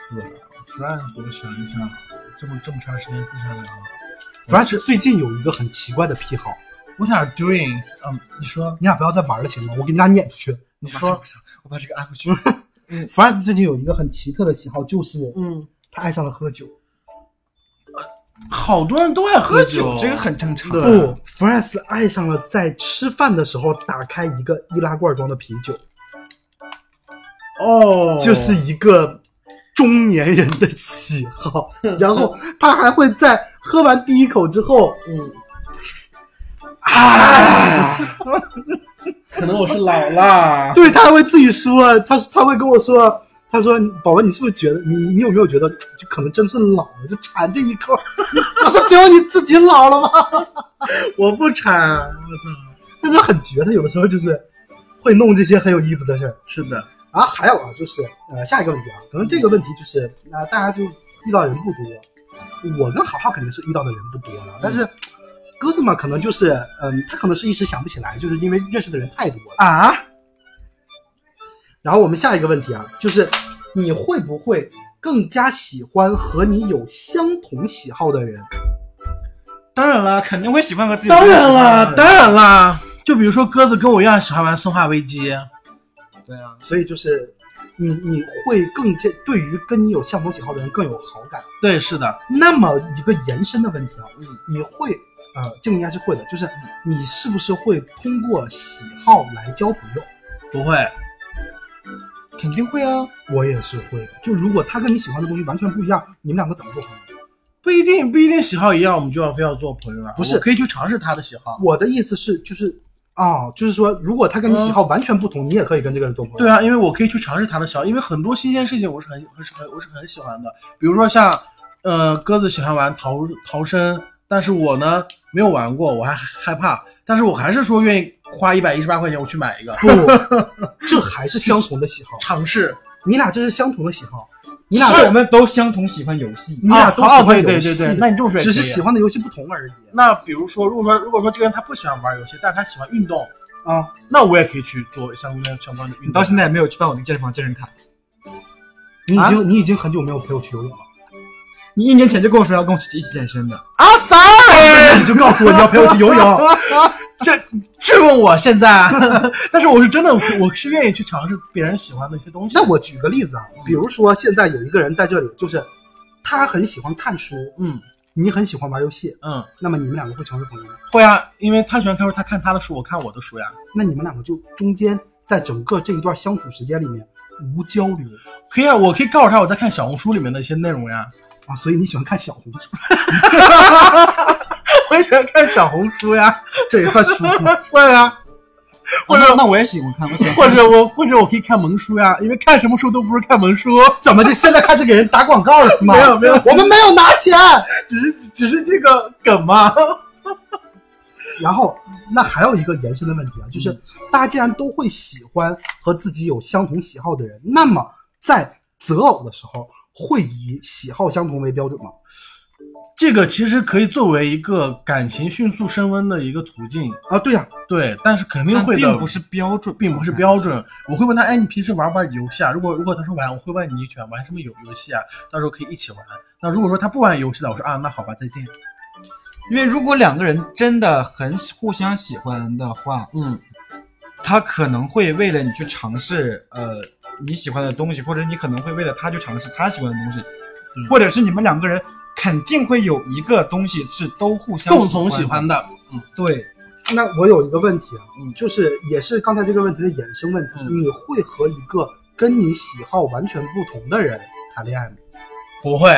France 我想一想，这么这么长时间住下来啊 ，France 最近有一个很奇怪的癖好。 What are you doing？ 嗯，你说， 你俩不要再玩了行吗？我给你俩撵出去。 你说， 我把这个按回去。 嗯 ，France 最近有一个很奇特的喜好，就是嗯， 他爱上了喝酒。 好多人都爱喝酒， 这个很正常。 不 ，France 爱上了在吃饭的时候打开一个易拉罐装的啤酒。 哦， 这是一个中年人的喜好。然后他还会在喝完第一口之后， 嗯， 啊， 可能我是老了。 对，他还会自己说，他他会跟我说。他说：“宝宝，你是不是觉得你你你有没有觉得，就可能真是老了，就馋这一口？”我说：“只有你自己老了吗？” 我不馋，我操！ 但是很绝，他有的时候就是会弄这些很有意思的事儿。 是的。 然后还有啊，就是呃下一个问题啊，可能这个问题就是啊、呃、大家就遇到人不多，我跟好好肯定是遇到的人不多了，嗯、但是鸽子嘛，可能就是嗯，他可能是一时想不起来，就是因为认识的人太多了啊。 然后我们下一个问题啊，就是你会不会更加喜欢和你有相同喜好的人？ 当然了，肯定会喜欢和自己。 当然了，当然了。就比如说鸽子跟我一样喜欢玩生化危机。 对啊， 所以就是你你会更加对于跟你有相同喜好的人更有好感。 对，是的。 那么一个延伸的问题啊，你你会呃，这个应该是会的，就是你是不是会通过喜好来交朋友？ 不会。 肯定会啊， 我也是会的。就如果他跟你喜欢的东西完全不一样，你们两个怎么做朋友？ 不一定，不一定喜好一样，我们就要非要做朋友了。 不是， 我可以去尝试他的喜好。 我的意思是，就是啊、哦，就是说，如果他跟你喜好完全不同，嗯、你也可以跟这个人做朋友。 对啊，因为我可以去尝试他的喜好，因为很多新鲜事情我是很、很、很我是很喜欢的。比如说像呃鸽子喜欢玩逃逃生，但是我呢没有玩过，我还害怕，但是我还是说愿意花一百一十八块钱我去买一个。 不，这还是相同的喜好， 尝试。 你俩这是相同的喜好，你俩我们都相同喜欢游戏， 你俩都喜欢游戏， 对对对，那你这么说只是喜欢的游戏不同而已。 那比如说，如果说如果说这个人他不喜欢玩游戏，但是他喜欢运动啊， 那我也可以去做相关相关的运动。 到现在也没有去办我那个健身房健身卡。 你已经、啊、你已经很久没有陪我去游泳了。 你一年前就跟我说要跟我去一起健身的啊 ！Sorry， 你就告诉我你要陪我去游泳。 这质问我现在，但是我是真的，我是愿意去尝试别人喜欢的一些东西。 那我举个例子啊，比如说现在有一个人在这里，就是他很喜欢看书， 嗯， 你很喜欢玩游戏， 嗯， 那么你们两个会成为朋友吗？ 会啊，因为他喜欢看书，他看他的书，我看我的书呀。 那你们两个就中间在整个这一段相处时间里面无交流。 可以啊，我可以告诉他我在看小红书里面的一些内容呀。 啊，所以你喜欢看小红书？ 我也喜欢看小红书呀， 这也算书吗？ 对啊。或者、 哦、那我也喜欢看，我喜欢看或者我或者我可以看萌书呀，因为看什么书都不是看萌书。 怎么就现在开始给人打广告了是吗？ 没有没有， 我们没有拿钱， 只是只是这个梗嘛。 然后那还有一个延伸的问题啊，就是大家既然都会喜欢和自己有相同喜好的人，那么在择偶的时候会以喜好相同为标准吗？ 这个其实可以作为一个感情迅速升温的一个途径啊，对呀、啊， 对，但是肯定会的， 并不是标准， 并不是标准。我会问他，哎，你平时玩不玩游戏啊？如果如果他说玩，我会问你喜欢玩什么游游戏啊？到时候可以一起玩。那如果说他不玩游戏的，我说啊，那好吧，再见。 因为如果两个人真的很互相喜欢的话， 嗯， 他可能会为了你去尝试呃你喜欢的东西，或者你可能会为了他去尝试他喜欢的东西， 嗯、 或者是你们两个人肯定会有一个东西是都互相共同喜欢的。 嗯，对。 那我有一个问题啊， 嗯， 就是也是刚才这个问题的衍生问题，嗯、你会和一个跟你喜好完全不同的人谈恋爱吗？ 不会，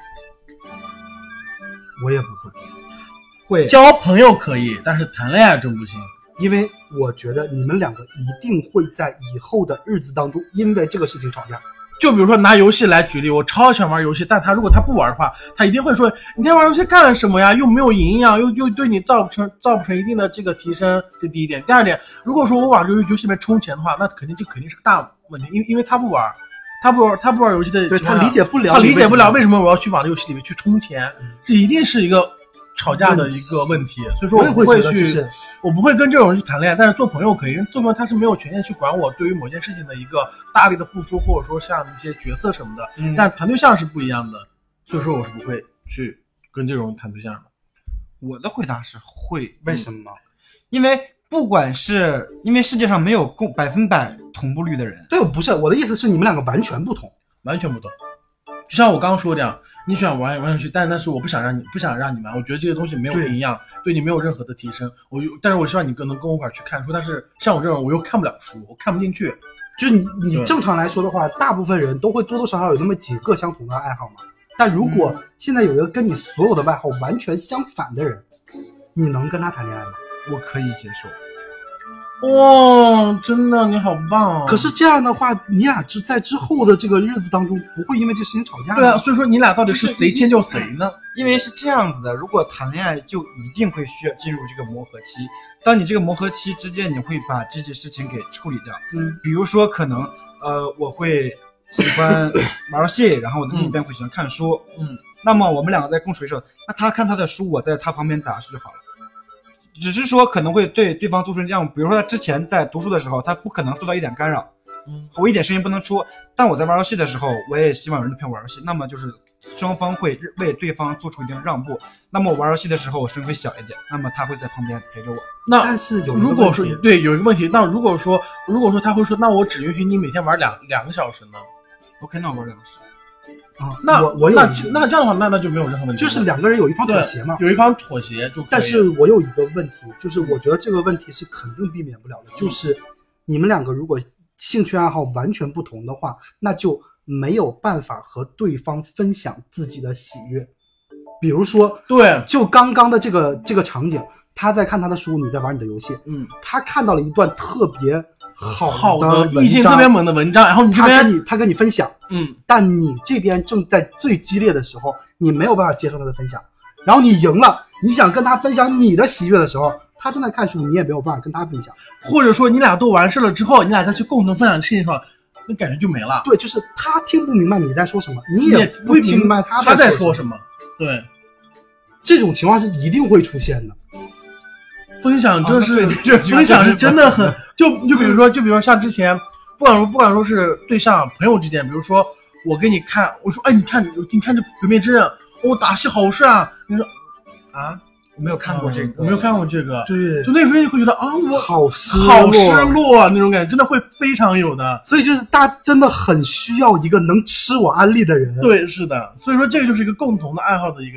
我也不会。 会交朋友可以，但是谈恋爱真不行。 因为我觉得你们两个一定会在以后的日子当中因为这个事情吵架。 就比如说拿游戏来举例，我超喜欢玩游戏，但他如果他不玩的话，他一定会说你在玩游戏干什么呀？又没有营养，又又对你造不成造不成一定的这个提升，这第一点。第二点，如果说我往这个游戏里面充钱的话，那肯定这肯定是个大问题，因为因为他不玩，他不玩他不玩游戏的， 对他理解不了， 他理解不了为什么我要去往这游戏里面去充钱，这一定是一个吵架的一个问题。所以说我不会去， 就是我不会跟这种人去谈恋爱，但是做朋友可以，因为做朋友他是没有权限去管我对于某件事情的一个大力的付出，或者说像一些角色什么的。嗯、但谈对象是不一样的，所以说我是不会去跟这种人谈对象的。 我的回答是会， 为什么？ 因为不管是因为世界上没有共百分百同步率的人。 对，不是我的意思是你们两个完全不同， 完全不同。就像我刚刚说的样。你喜欢玩玩游戏，但但是我不想让你不想让你玩，我觉得这个东西没有营养，对你没有任何的提升。我但是我希望你能跟我一块去看书，但是像我这种我又看不了书，我看不进去。 就是你你正常来说的话，大部分人都会多多少少有那么几个相同的爱好嘛。但如果现在有一个跟你所有的爱好完全相反的人，你能跟他谈恋爱吗？ 我可以接受。 哇、哦，真的你好棒、哦！ 可是这样的话，你俩之在之后的这个日子当中，不会因为这事情吵架吗？ 对啊，所以说你俩到底是谁迁就谁呢？ 因为是这样子的，如果谈恋爱就一定会需要进入这个磨合期。当你这个磨合期之间，你会把这件事情给处理掉。嗯，比如说可能呃，我会喜欢玩游戏，然后我的另一边会喜欢看书。嗯，那么我们两个在共处一室，那他看他的书，我在他旁边打书就好了。只是说可能会对对方做出这样，比如说他之前在读书的时候，他不可能受到一点干扰，嗯，我一点声音不能出，但我在玩游戏的时候，我也希望有人陪我玩游戏，那么就是双方会为对方做出一定让步。那么我玩游戏的时候，我声音会小一点，那么他会在旁边陪着我。 那但是有如果说对有一个问题，那如果说如果说他会说，那我只允许你每天玩两两个小时呢 ？OK， 那我玩两个小时。 啊， 那我我有那那这样的话，那那就没有任何问题， 就是两个人有一方妥协嘛， 有一方妥协就可以。 但是我有一个问题，就是我觉得这个问题是肯定避免不了的，就是你们两个如果兴趣爱好完全不同的话，那就没有办法和对方分享自己的喜悦。比如说， 对， 就刚刚的这个这个场景，他在看他的书，你在玩你的游戏，嗯，他看到了一段特别好好的意境特别猛的文章，然后你这边他跟你他跟你分享， 嗯， 但你这边正在最激烈的时候，你没有办法接受他的分享，然后你赢了，你想跟他分享你的喜悦的时候，他正在看书，你也没有办法跟他分享， 或者说你俩都完事了之后，你俩再去共同分享的事情上，那感觉就没了。 对，就是他听不明白你在说什么，你也不明白他他在说说什么。对， 这种情况是一定会出现的。 分享这是、哦、这分享是真的很就就比如说就比如说像之前不管说不管说是对象朋友之间，比如说我给你看，我说哎你看你看这鬼灭之刃，哦打戏好帅啊，你说啊我没有看过这个， 我没有看过这个， 对， 就那时候你会觉得啊我好失落好失落那种感觉，真的会非常有的。 所以就是大家真的很需要一个能吃我安利的人。 对，是的，所以说这个就是一个共同的爱好的一个点。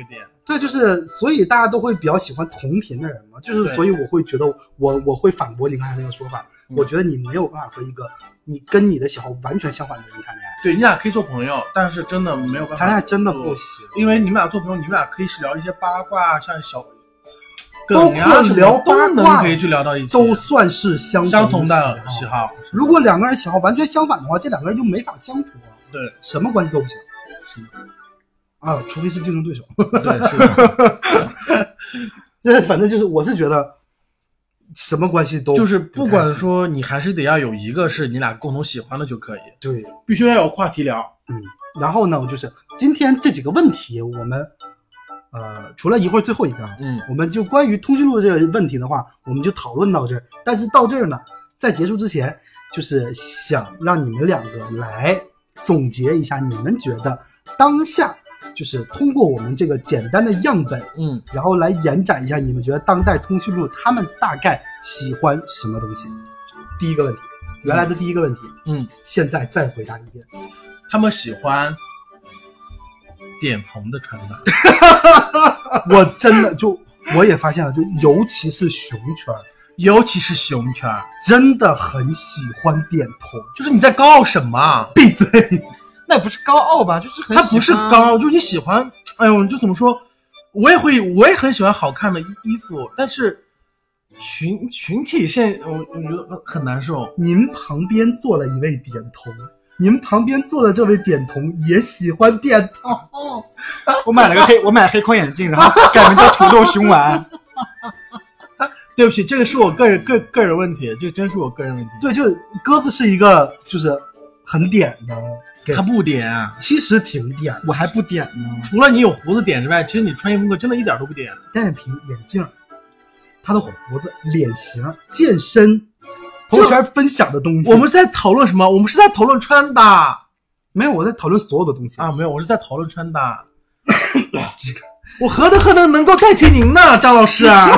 对，就是所以大家都会比较喜欢同频的人嘛，就是所以我会觉得我我会反驳你刚才那个说法，嗯、我觉得你没有办法和一个你跟你的喜好完全相反的人谈恋爱。 对，你俩可以做朋友，但是真的没有办法谈恋爱真的不行， 因为你们俩做朋友，你们俩可以聊一些八卦，像小包括聊八卦可以去聊到一起， 都算是相相同的喜好。 如果两个人喜好完全相反的话，这两个人就没法相处啊。 对， 什么关系都不行。 是的。 啊，除非是竞争对手。 对，是的。 这反正就是，我是觉得什么关系都就是不管说你还是得要有一个是你俩共同喜欢的就可以。 对， 必须要有话题聊。 嗯，然后呢，就是今天这几个问题，我们呃，除了一会儿最后一个， 嗯， 我们就关于通讯录这个问题的话，我们就讨论到这儿。但是到这儿呢，在结束之前，就是想让你们两个来总结一下，你们觉得当下。就是通过我们这个简单的样本， 嗯， 然后来延展一下，你们觉得当代通讯录他们大概喜欢什么东西？第一个问题，原来的第一个问题， 嗯， 现在再回答一遍， 他们喜欢点蓬的穿搭。 我真的就我也发现了，就尤其是熊圈， 尤其是熊圈， 真的很喜欢点头。 就是你在高傲什么？ 闭嘴。 那不是高傲吧，就是很他不是高傲，就是你喜欢，哎呦，就怎么说，我也会，我也很喜欢好看的衣服，但是群群体现，我我觉得很难受。 您旁边坐了一位点童，您旁边坐的这位点童也喜欢点头。 我买了个黑，我买了黑框眼镜，然后改名叫土豆熊丸。 对不起，这个是我个人个个人问题，这真是我个人问题。 对，就是鸽子是一个就是很点的。 他不点， 其实挺点， 我还不点呢。 除了你有胡子点之外，其实你穿衣风格真的一点都不点。 单眼皮、眼镜，他的胡子、脸型、健身、朋友圈分享的东西。 我们是在讨论什么？我们是在讨论穿搭。 没有，我在讨论所有的东西啊，没有，我是在讨论穿搭。这个，我何德何能能够代替您呢，张老师啊？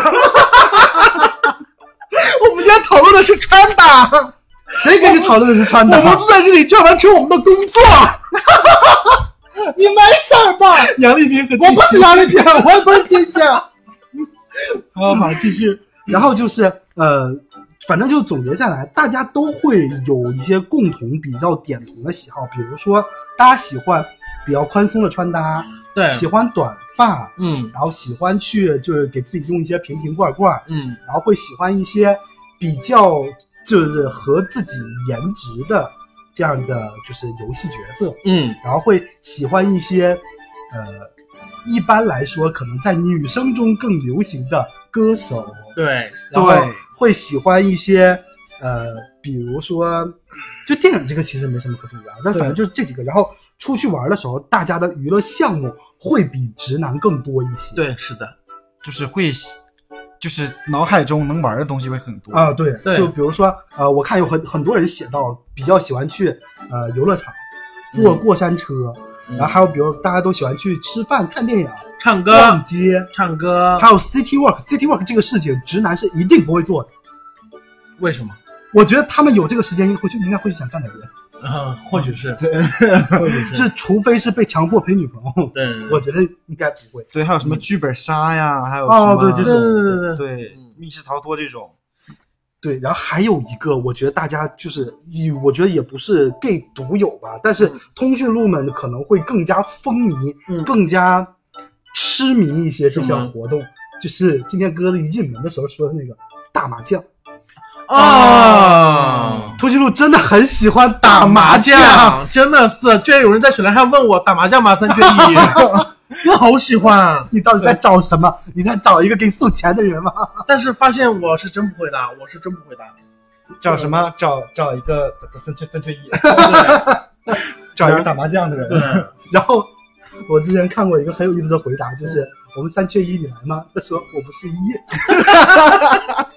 我们今天讨论的是穿搭。 谁跟你讨论的是穿搭？ 我们坐在这里就要完成我们的工作。 你没事吧？ 杨丽萍和我不是杨丽萍，我也不是金星。 好好继续。 然后就是呃，反正就总结下来，大家都会有一些共同比较点同的喜好，比如说大家喜欢比较宽松的穿搭， 对， 喜欢短发， 嗯， 然后喜欢去就是给自己用一些瓶瓶罐罐， 嗯， 然后会喜欢一些比较。就是和自己颜值的这样的就是游戏角色， 嗯， 然后会喜欢一些呃，一般来说可能在女生中更流行的歌手， 对， 然后会喜欢一些呃，比如说，就电影这个其实没什么可说的，但反正就是这几个。然后出去玩的时候，大家的娱乐项目会比直男更多一些。 对，是的， 就是会。就是脑海中能玩的东西会很多啊，对， 对就比如说，呃，我看有很很多人写到比较喜欢去呃游乐场坐过山车，嗯、然后还有比如大家都喜欢去吃饭、看电影、 唱歌、 逛街、 唱歌， 还有 city walk。city walk 这个事情，直男是一定不会做的。 为什么？ 我觉得他们有这个时间，会就应该会想干点别的。 嗯，或许是， 对， 或许是， 这除非是被强迫陪女朋友， 对， 我觉得应该不会。 对，还有什么剧本杀呀，还有什么， 哦，对，这种， 对对对对，密室逃脱这种， 对，然后还有一个，我觉得大家就是，我觉得也不是 gay 独有吧，但是通讯录们可能会更加风靡， 嗯、 更加痴迷一些这项活动，就是今天鸽子一进门的时候说的那个打麻将。 啊， 通讯录真的很喜欢打麻将， 将真的是，居然有人在雪兰还问我打麻将吗？三缺一，我好喜欢。 你到底在找什么？你在找一个给你送钱的人吗？ 但是发现我是真不会打，我是真不会打。 找什么？找找一个三缺三缺一，找一个打麻将的人。 对。 然后我之前看过一个很有意思的回答，就是我们三缺一，你来吗？他说我不是一。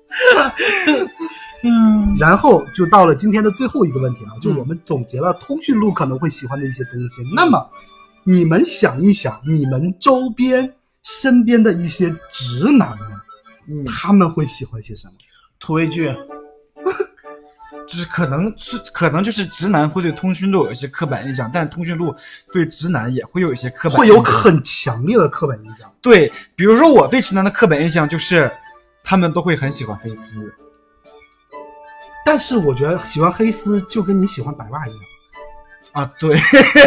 嗯，然后就到了今天的最后一个问题了，就我们总结了通讯录可能会喜欢的一些东西。嗯、那么，你们想一想，你们周边身边的一些直男们，嗯，他们会喜欢些什么？ 土味剧。 就是可能是可能就是直男会对通讯录有一些刻板印象，但通讯录对直男也会有一些刻板印象， 会有很强烈的刻板印象。 对，比如说我对直男的刻板印象就是他们都会很喜欢黑丝， 但是我觉得喜欢黑丝就跟你喜欢白袜一样啊，对。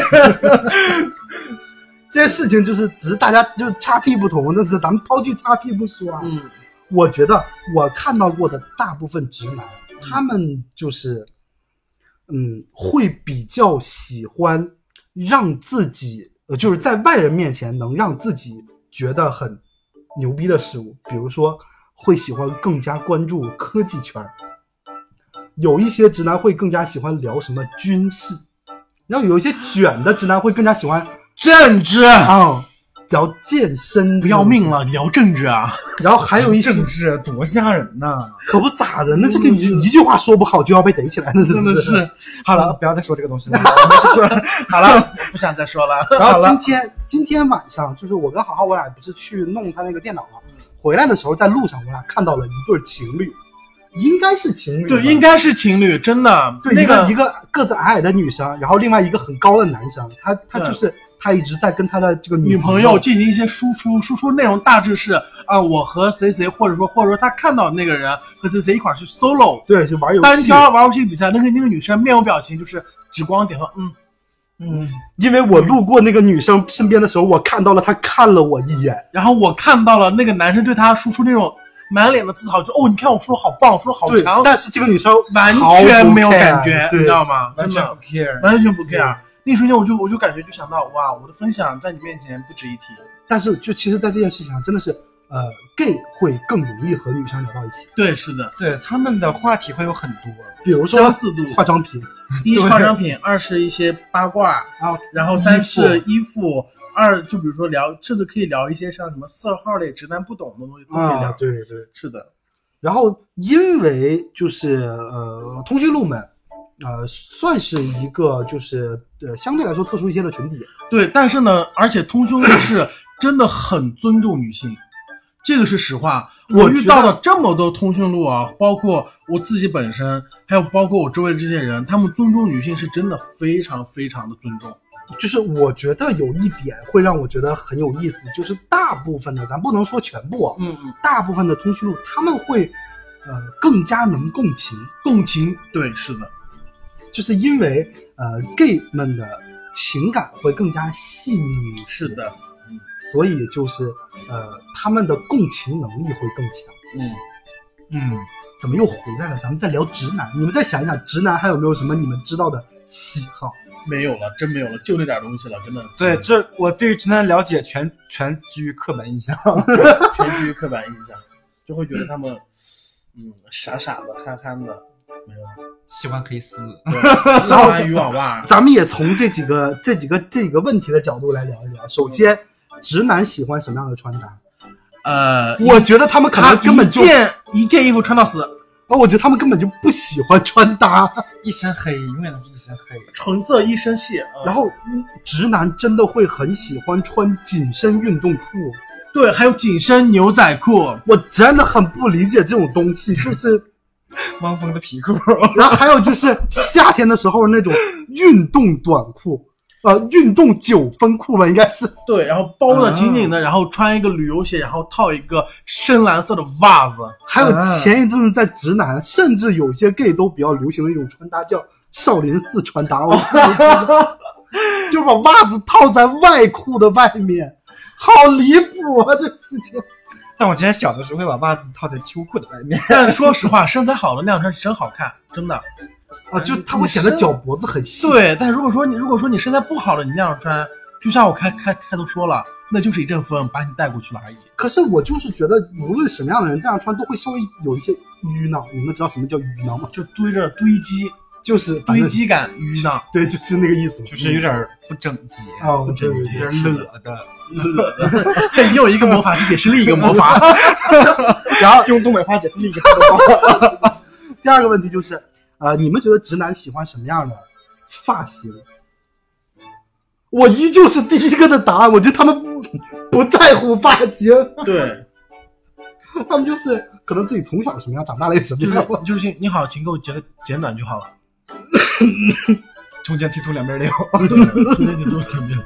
这件事情就是只是大家就差屁不同，但是咱们抛去差屁不说啊。 嗯， 我觉得我看到过的大部分直男，他们就是嗯会比较喜欢让自己呃就是在外人面前能让自己觉得很牛逼的事物，比如说会喜欢更加关注科技圈，有一些直男会更加喜欢聊什么军事，然后有一些卷的直男会更加喜欢政治啊，聊健身， 不要命了，聊政治啊！ 然后还有一些政治多吓人呐， 可不咋的，那这就一句话说不好就要被逮起来，那真的是。 好了，不要再说这个东西了。 好了，不想再说了。 然后今天今天晚上就是我跟好好，我俩不是去弄他那个电脑吗？回来的时候在路上，我俩看到了一对情侣。应该是情侣， 对，应该是情侣，真的。 对，那个、一个一个个子矮矮的女生，然后另外一个很高的男生，他他就是他一直在跟他的这个女朋友进行一些输出，输出内容大致是啊，我和谁谁，或者说或者说他看到那个人和谁谁一块去 solo， 对，就玩游戏， 单挑玩游戏比赛，那个那个女生面无表情，就是只光点头，嗯嗯，因为我路过那个女生身边的时候，我看到了她看了我一眼， 然后我看到了那个男生对她输出那种满脸的自豪，就哦，你看我说的好棒，我说的好强， 但是这个女生完全没有感觉， 你知道吗？ 完全不 care， 完全不 care。那一瞬间我就我就感觉就想到，哇，我的分享在你面前不值一提。 但是就其实在这件事情上真的是呃 gay 会更容易和女生聊到一起。 对，是的， 对，他们的话题会有很多， 比如说相似度、 化妆品， 第一是化妆品，二是一些八卦， 啊， 然后三是衣服，二就比如说聊，甚至可以聊一些像什么色号类直男不懂的东西都可以聊。 啊，对对， 是的。 然后因为就是呃通讯录们呃算是一个就是呃相对来说特殊一些的群体， 对，但是呢，而且通讯录是真的很尊重女性，这个是实话。我遇到的这么多通讯录啊，包括我自己本身，还有包括我周围的这些人，他们尊重女性是真的非常非常的尊重。 就是我觉得有一点会让我觉得很有意思，就是大部分的，咱不能说全部啊， 嗯嗯， 大部分的通讯录他们会呃更加能共情， 共情，对，是的， 就是因为呃 gay 们的情感会更加细腻， 是的， 嗯，所以就是呃他们的共情能力会更强。 嗯嗯，怎么又回来了？咱们再聊直男，你们再想一想，直男还有没有什么你们知道的喜好？ 没有了，真没有了，就那点东西了，真的。 对，这我对于直男了解全全基于刻板印象， 全基于刻板印象，就会觉得他们嗯傻傻的、憨憨的，没有喜欢黑丝， 喜欢渔网袜。 咱们也从这几个这几个这几个问题的角度来聊一聊。首先，直男喜欢什么样的穿搭？ 呃， 我觉得他们可能根本就一件一件衣服穿到死。 哦，我觉得他们根本就不喜欢穿搭， 一身黑，永远都是一身黑， 纯色一身系。嗯、 然后，嗯，直男真的会很喜欢穿紧身运动裤， 对，还有紧身牛仔裤， 我真的很不理解这种东西，就是汪峰的皮裤。 然后还有就是夏天的时候那种运动短裤。呃，运动九分裤吧，应该是对，然后包的紧紧的、嗯，然后穿一个旅游鞋，然后套一个深蓝色的袜子。 还有前一阵子在直男，嗯、甚至有些 gay 都比较流行的一种穿搭叫少林寺穿搭，我就把袜子套在外裤的外面，好离谱啊！这事情。 但我之前小的时候会把袜子套在秋裤的外面。 但说实话，身材好的那样穿是真好看，真的。 啊，就它会显得脚脖子很细。 对，但如果说你如果说你身材不好的，你那样穿，就像我开开开头说了，那就是一阵风把你带过去了而已。 可是我就是觉得，无论什么样的人这样穿，都会稍微有一些淤囊。你们知道什么叫淤囊吗？ 就堆着堆积， 就是堆积感淤囊。 对，就就那个意思， 就是有点不整洁， 哦， 不整洁，有点勒的， 勒的。用一个魔法去解释另一个魔法， 然后用东北话解释另一个魔法。 第二个问题就是。呃，你们觉得直男喜欢什么样的发型？我依旧是第一个的答案，我觉得他们不不在乎发型。 对， 他们就是可能自己从小什么样，长大了也什么就是样。 就是你好，请给我剪个简短就好了。 中间剃秃两边溜， 中间剃秃两边。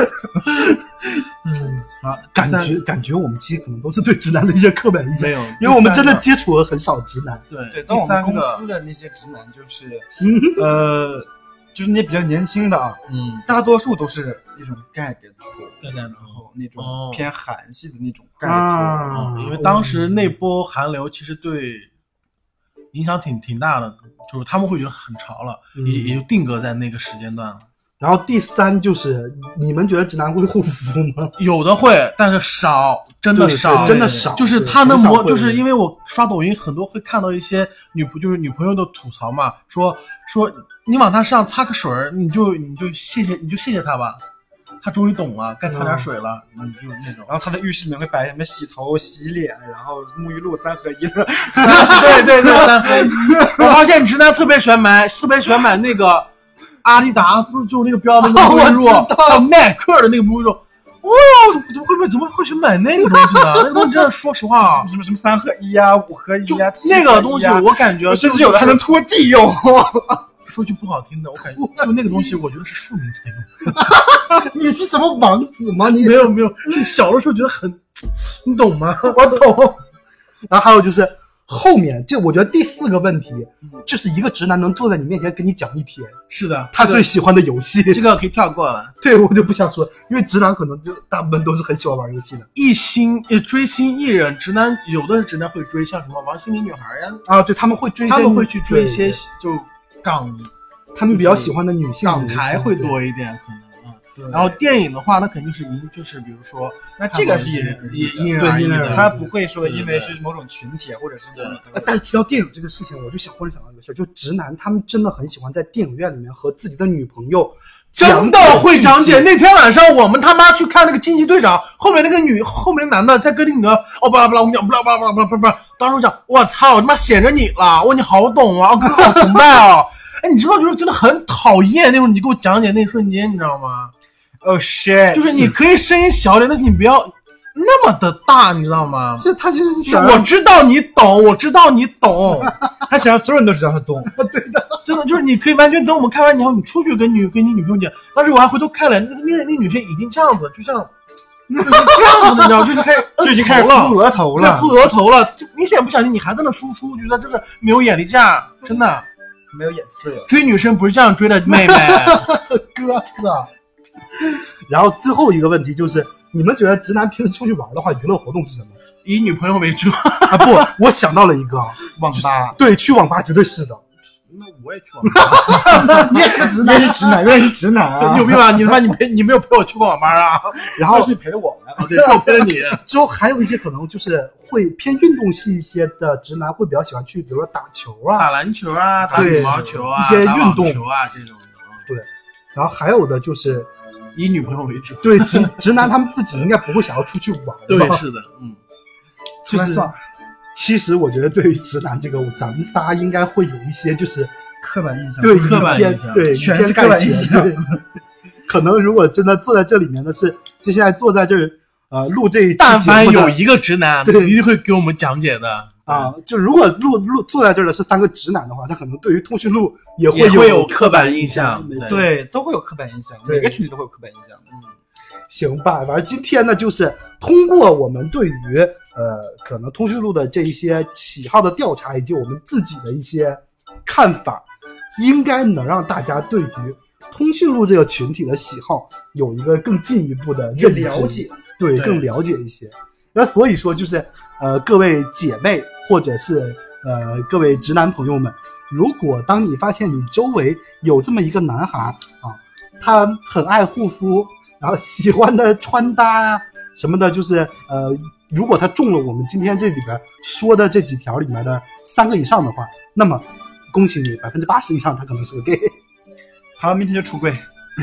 嗯，好， 感觉感觉我们其实可能都是对直男的一些刻板印象， 没有， 因为我们真的接触了很少直男。 对对， 第当我们公三个， 司的那些直男就是，呃，就是那比较年轻的啊， 嗯， 大多数都是那种盖盖头， 盖盖头然后那种哦偏韩系的那种盖头， 啊哦，因为当时那波韩流其实对影响挺挺大的，就是他们会觉得很潮了， 嗯也也就定格在那个时间段了。 然后第三就是你们觉得直男会护肤吗？ 有的会，但是少，真的对少， 对真的少， 就是对他能模， 很少会就是因为我刷抖音很多会看到一些女朋就是女朋友的吐槽嘛，说说你往他身上擦个水儿，你就你就谢谢你就谢谢他吧，他终于懂了，该擦点水了，你就那种。 然后他的浴室里面会摆什么洗头、洗脸，然后沐浴露三合一的， 对对对，三合一。我发现直男特别喜欢买，特别喜欢买那个阿迪达斯，就是那个标的那个沐浴露，还有耐克的那个沐浴露。哦，怎么会怎么会去买那个东西呢？那个东西真的，说实话啊， 什么什么三合一啊、五合一啊， 那个东西我感觉甚至有的还能拖地用。 说句不好听的，我感觉就那个东西，我觉得是庶民才用。 你是什么王子吗？你没有没有，是小的时候觉得很，你懂吗？ 我懂。然后还有就是后面，就我觉得第四个问题，就是一个直男能坐在你面前跟你讲一天是的， 他最喜欢的游戏， 这个可以跳过了。 对我就不想说，因为直男可能就大部分都是很喜欢玩游戏的一心呃追星艺人，直男有的是直男会追，像什么王心凌女孩呀， 啊，对他们会追一些， 他们会去追一些对就港他们比较喜欢的女性港台会多一点可能。 对， 然后电影的话，那肯定是一就是比如说， 那这个是因人因因人而异的， 他不会说因为是某种群体或者是对。 但是提到电影这个事情，我就想忽然想到一个事儿，就直男他们真的很喜欢在电影院里面和自己的女朋友真的会讲解。那天晚上我们他妈去看那个惊奇队长，后面那个女，后面那男的在跟那女的，哦巴拉巴拉，我们讲巴拉巴拉巴拉巴拉巴拉，当时我讲，我操，我他妈显着你了，哇，你好懂啊，哥好崇拜啊。哎，你知道就是真的很讨厌那种你给我讲解那一瞬间，你知道吗？ 哦 shit， 就是你可以声音小点，但是你不要那么的大，你知道吗？ 其实他就是就是想我知道你懂，我知道你懂， 他想让所有人都知道他懂。 对的， 真的就是你可以完全等我们开完以后，你出去跟女跟你女朋友讲，当时我还回头看了，那那那女生已经这样子，就像就是这样子的，你知道，就已经开始就已经开始了敷额头了， 在敷额头了，就明显不小心你还在那输出，觉得真的没有眼力劲儿，真的没有眼色。 追女生不是这样追的，妹妹哥哥。然后最后一个问题就是，你们觉得直男平时出去玩的话，娱乐活动是什么？ 以女朋友为主啊不，我想到了一个网吧， 对，去网吧绝对是的。 那我也去网吧， 你也是个直你男， 也是直男，原来是直男啊！ 你有病吧？你他妈你陪你没有陪我去过网吧啊？ 然后是陪着我们。 哦，对，是我陪着你。 之后还有一些可能就是会偏运动系一些的直男会比较喜欢去，比如说打球啊， 打篮球啊，打羽毛球啊， 一些打运动网球啊这种的。 对。然后还有的就是以女朋友为主。 对直直男他们自己应该不会想要出去玩， 对，是的，嗯， 就是其实我觉得对于直男这个，咱们仨应该会有一些就是刻板印象， 对刻板印象， 对， 全是刻板印象。 可能如果真的坐在这里面的是，就现在坐在这儿，呃，录这一期但凡节目的有一个直男， 对一定会给我们讲解的啊。就如果录录坐在这儿的是三个直男的话，他可能对于通讯录也会也会有有刻板印象象。 没错对，都会有刻板印象， 对每个群体都会有刻板印象。 嗯， 行吧，反正今天呢，就是通过我们对于呃可能通讯录的这一些喜好的调查，以及我们自己的一些看法，应该能让大家对于通讯录这个群体的喜好有一个更进一步的认知， 了解， 对， 对更了解一些。那所以说，就是呃各位姐妹或者是呃各位直男朋友们，如果当你发现你周围有这么一个男孩啊，他很爱护肤，然后喜欢的穿搭啊什么的，就是呃，如果他中了我们今天这里边说的这几条里面的三个以上的话，那么恭喜你，百分之八十以上他可能是个 gay。 好，明天就出柜。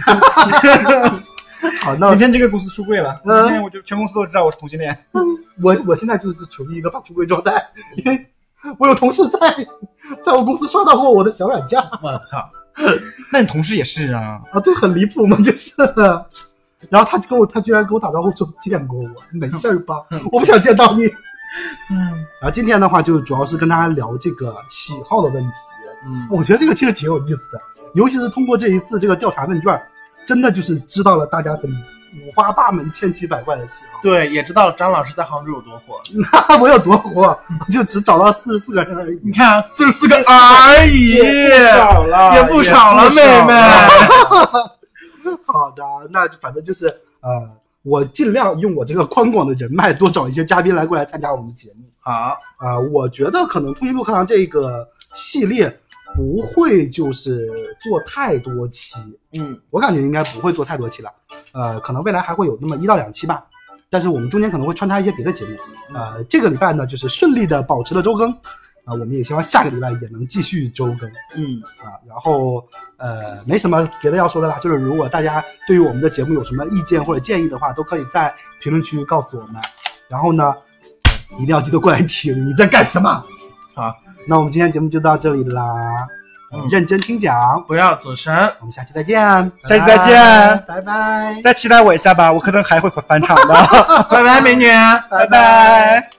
好，那明天这个公司出柜了， 嗯明天我就全公司都知道我是同性恋。 我我现在就是处于一个半出柜状态，因为我有同事在在我公司刷到过我的小软件。 我操！ 那你同事也是啊？ 啊，对，很离谱嘛，就是。然后他跟我，他居然跟我打招呼说见过我，没事吧？我不想见到你。 嗯， 然后今天的话就主要是跟大家聊这个喜好的问题。 嗯， 我觉得这个其实挺有意思的，尤其是通过这一次这个调查问卷，真的就是知道了大家很五花八门、千奇百怪的喜好。 对，也知道张老师在杭州有多火。 我有多火，我就只找到四十四个人而已。 你看，四十四个而已， 也不少了， 也不少了，妹妹。 好的，那反正就是呃，我尽量用我这个宽广的人脉，多找一些嘉宾来过来参加我们节目。 好啊、呃，我觉得可能通讯录课堂这个系列不会就是做太多期， 嗯， 我感觉应该不会做太多期了，呃，可能未来还会有那么一到两期吧，但是我们中间可能会穿插一些别的节目，呃，这个礼拜呢就是顺利的保持了周更，啊、呃，我们也希望下个礼拜也能继续周更， 嗯啊、呃，然后呃没什么别的要说的啦，就是如果大家对于我们的节目有什么意见或者建议的话，都可以在评论区告诉我们，然后呢，一定要记得过来听，你在干什么？ 好。 那我们今天节目就到这里啦，嗯、认真听讲， 不要走神。 我们下期再见， 下期再见， 拜拜。 再期待我一下吧，我可能还会返场的。 拜拜，美女， 拜拜。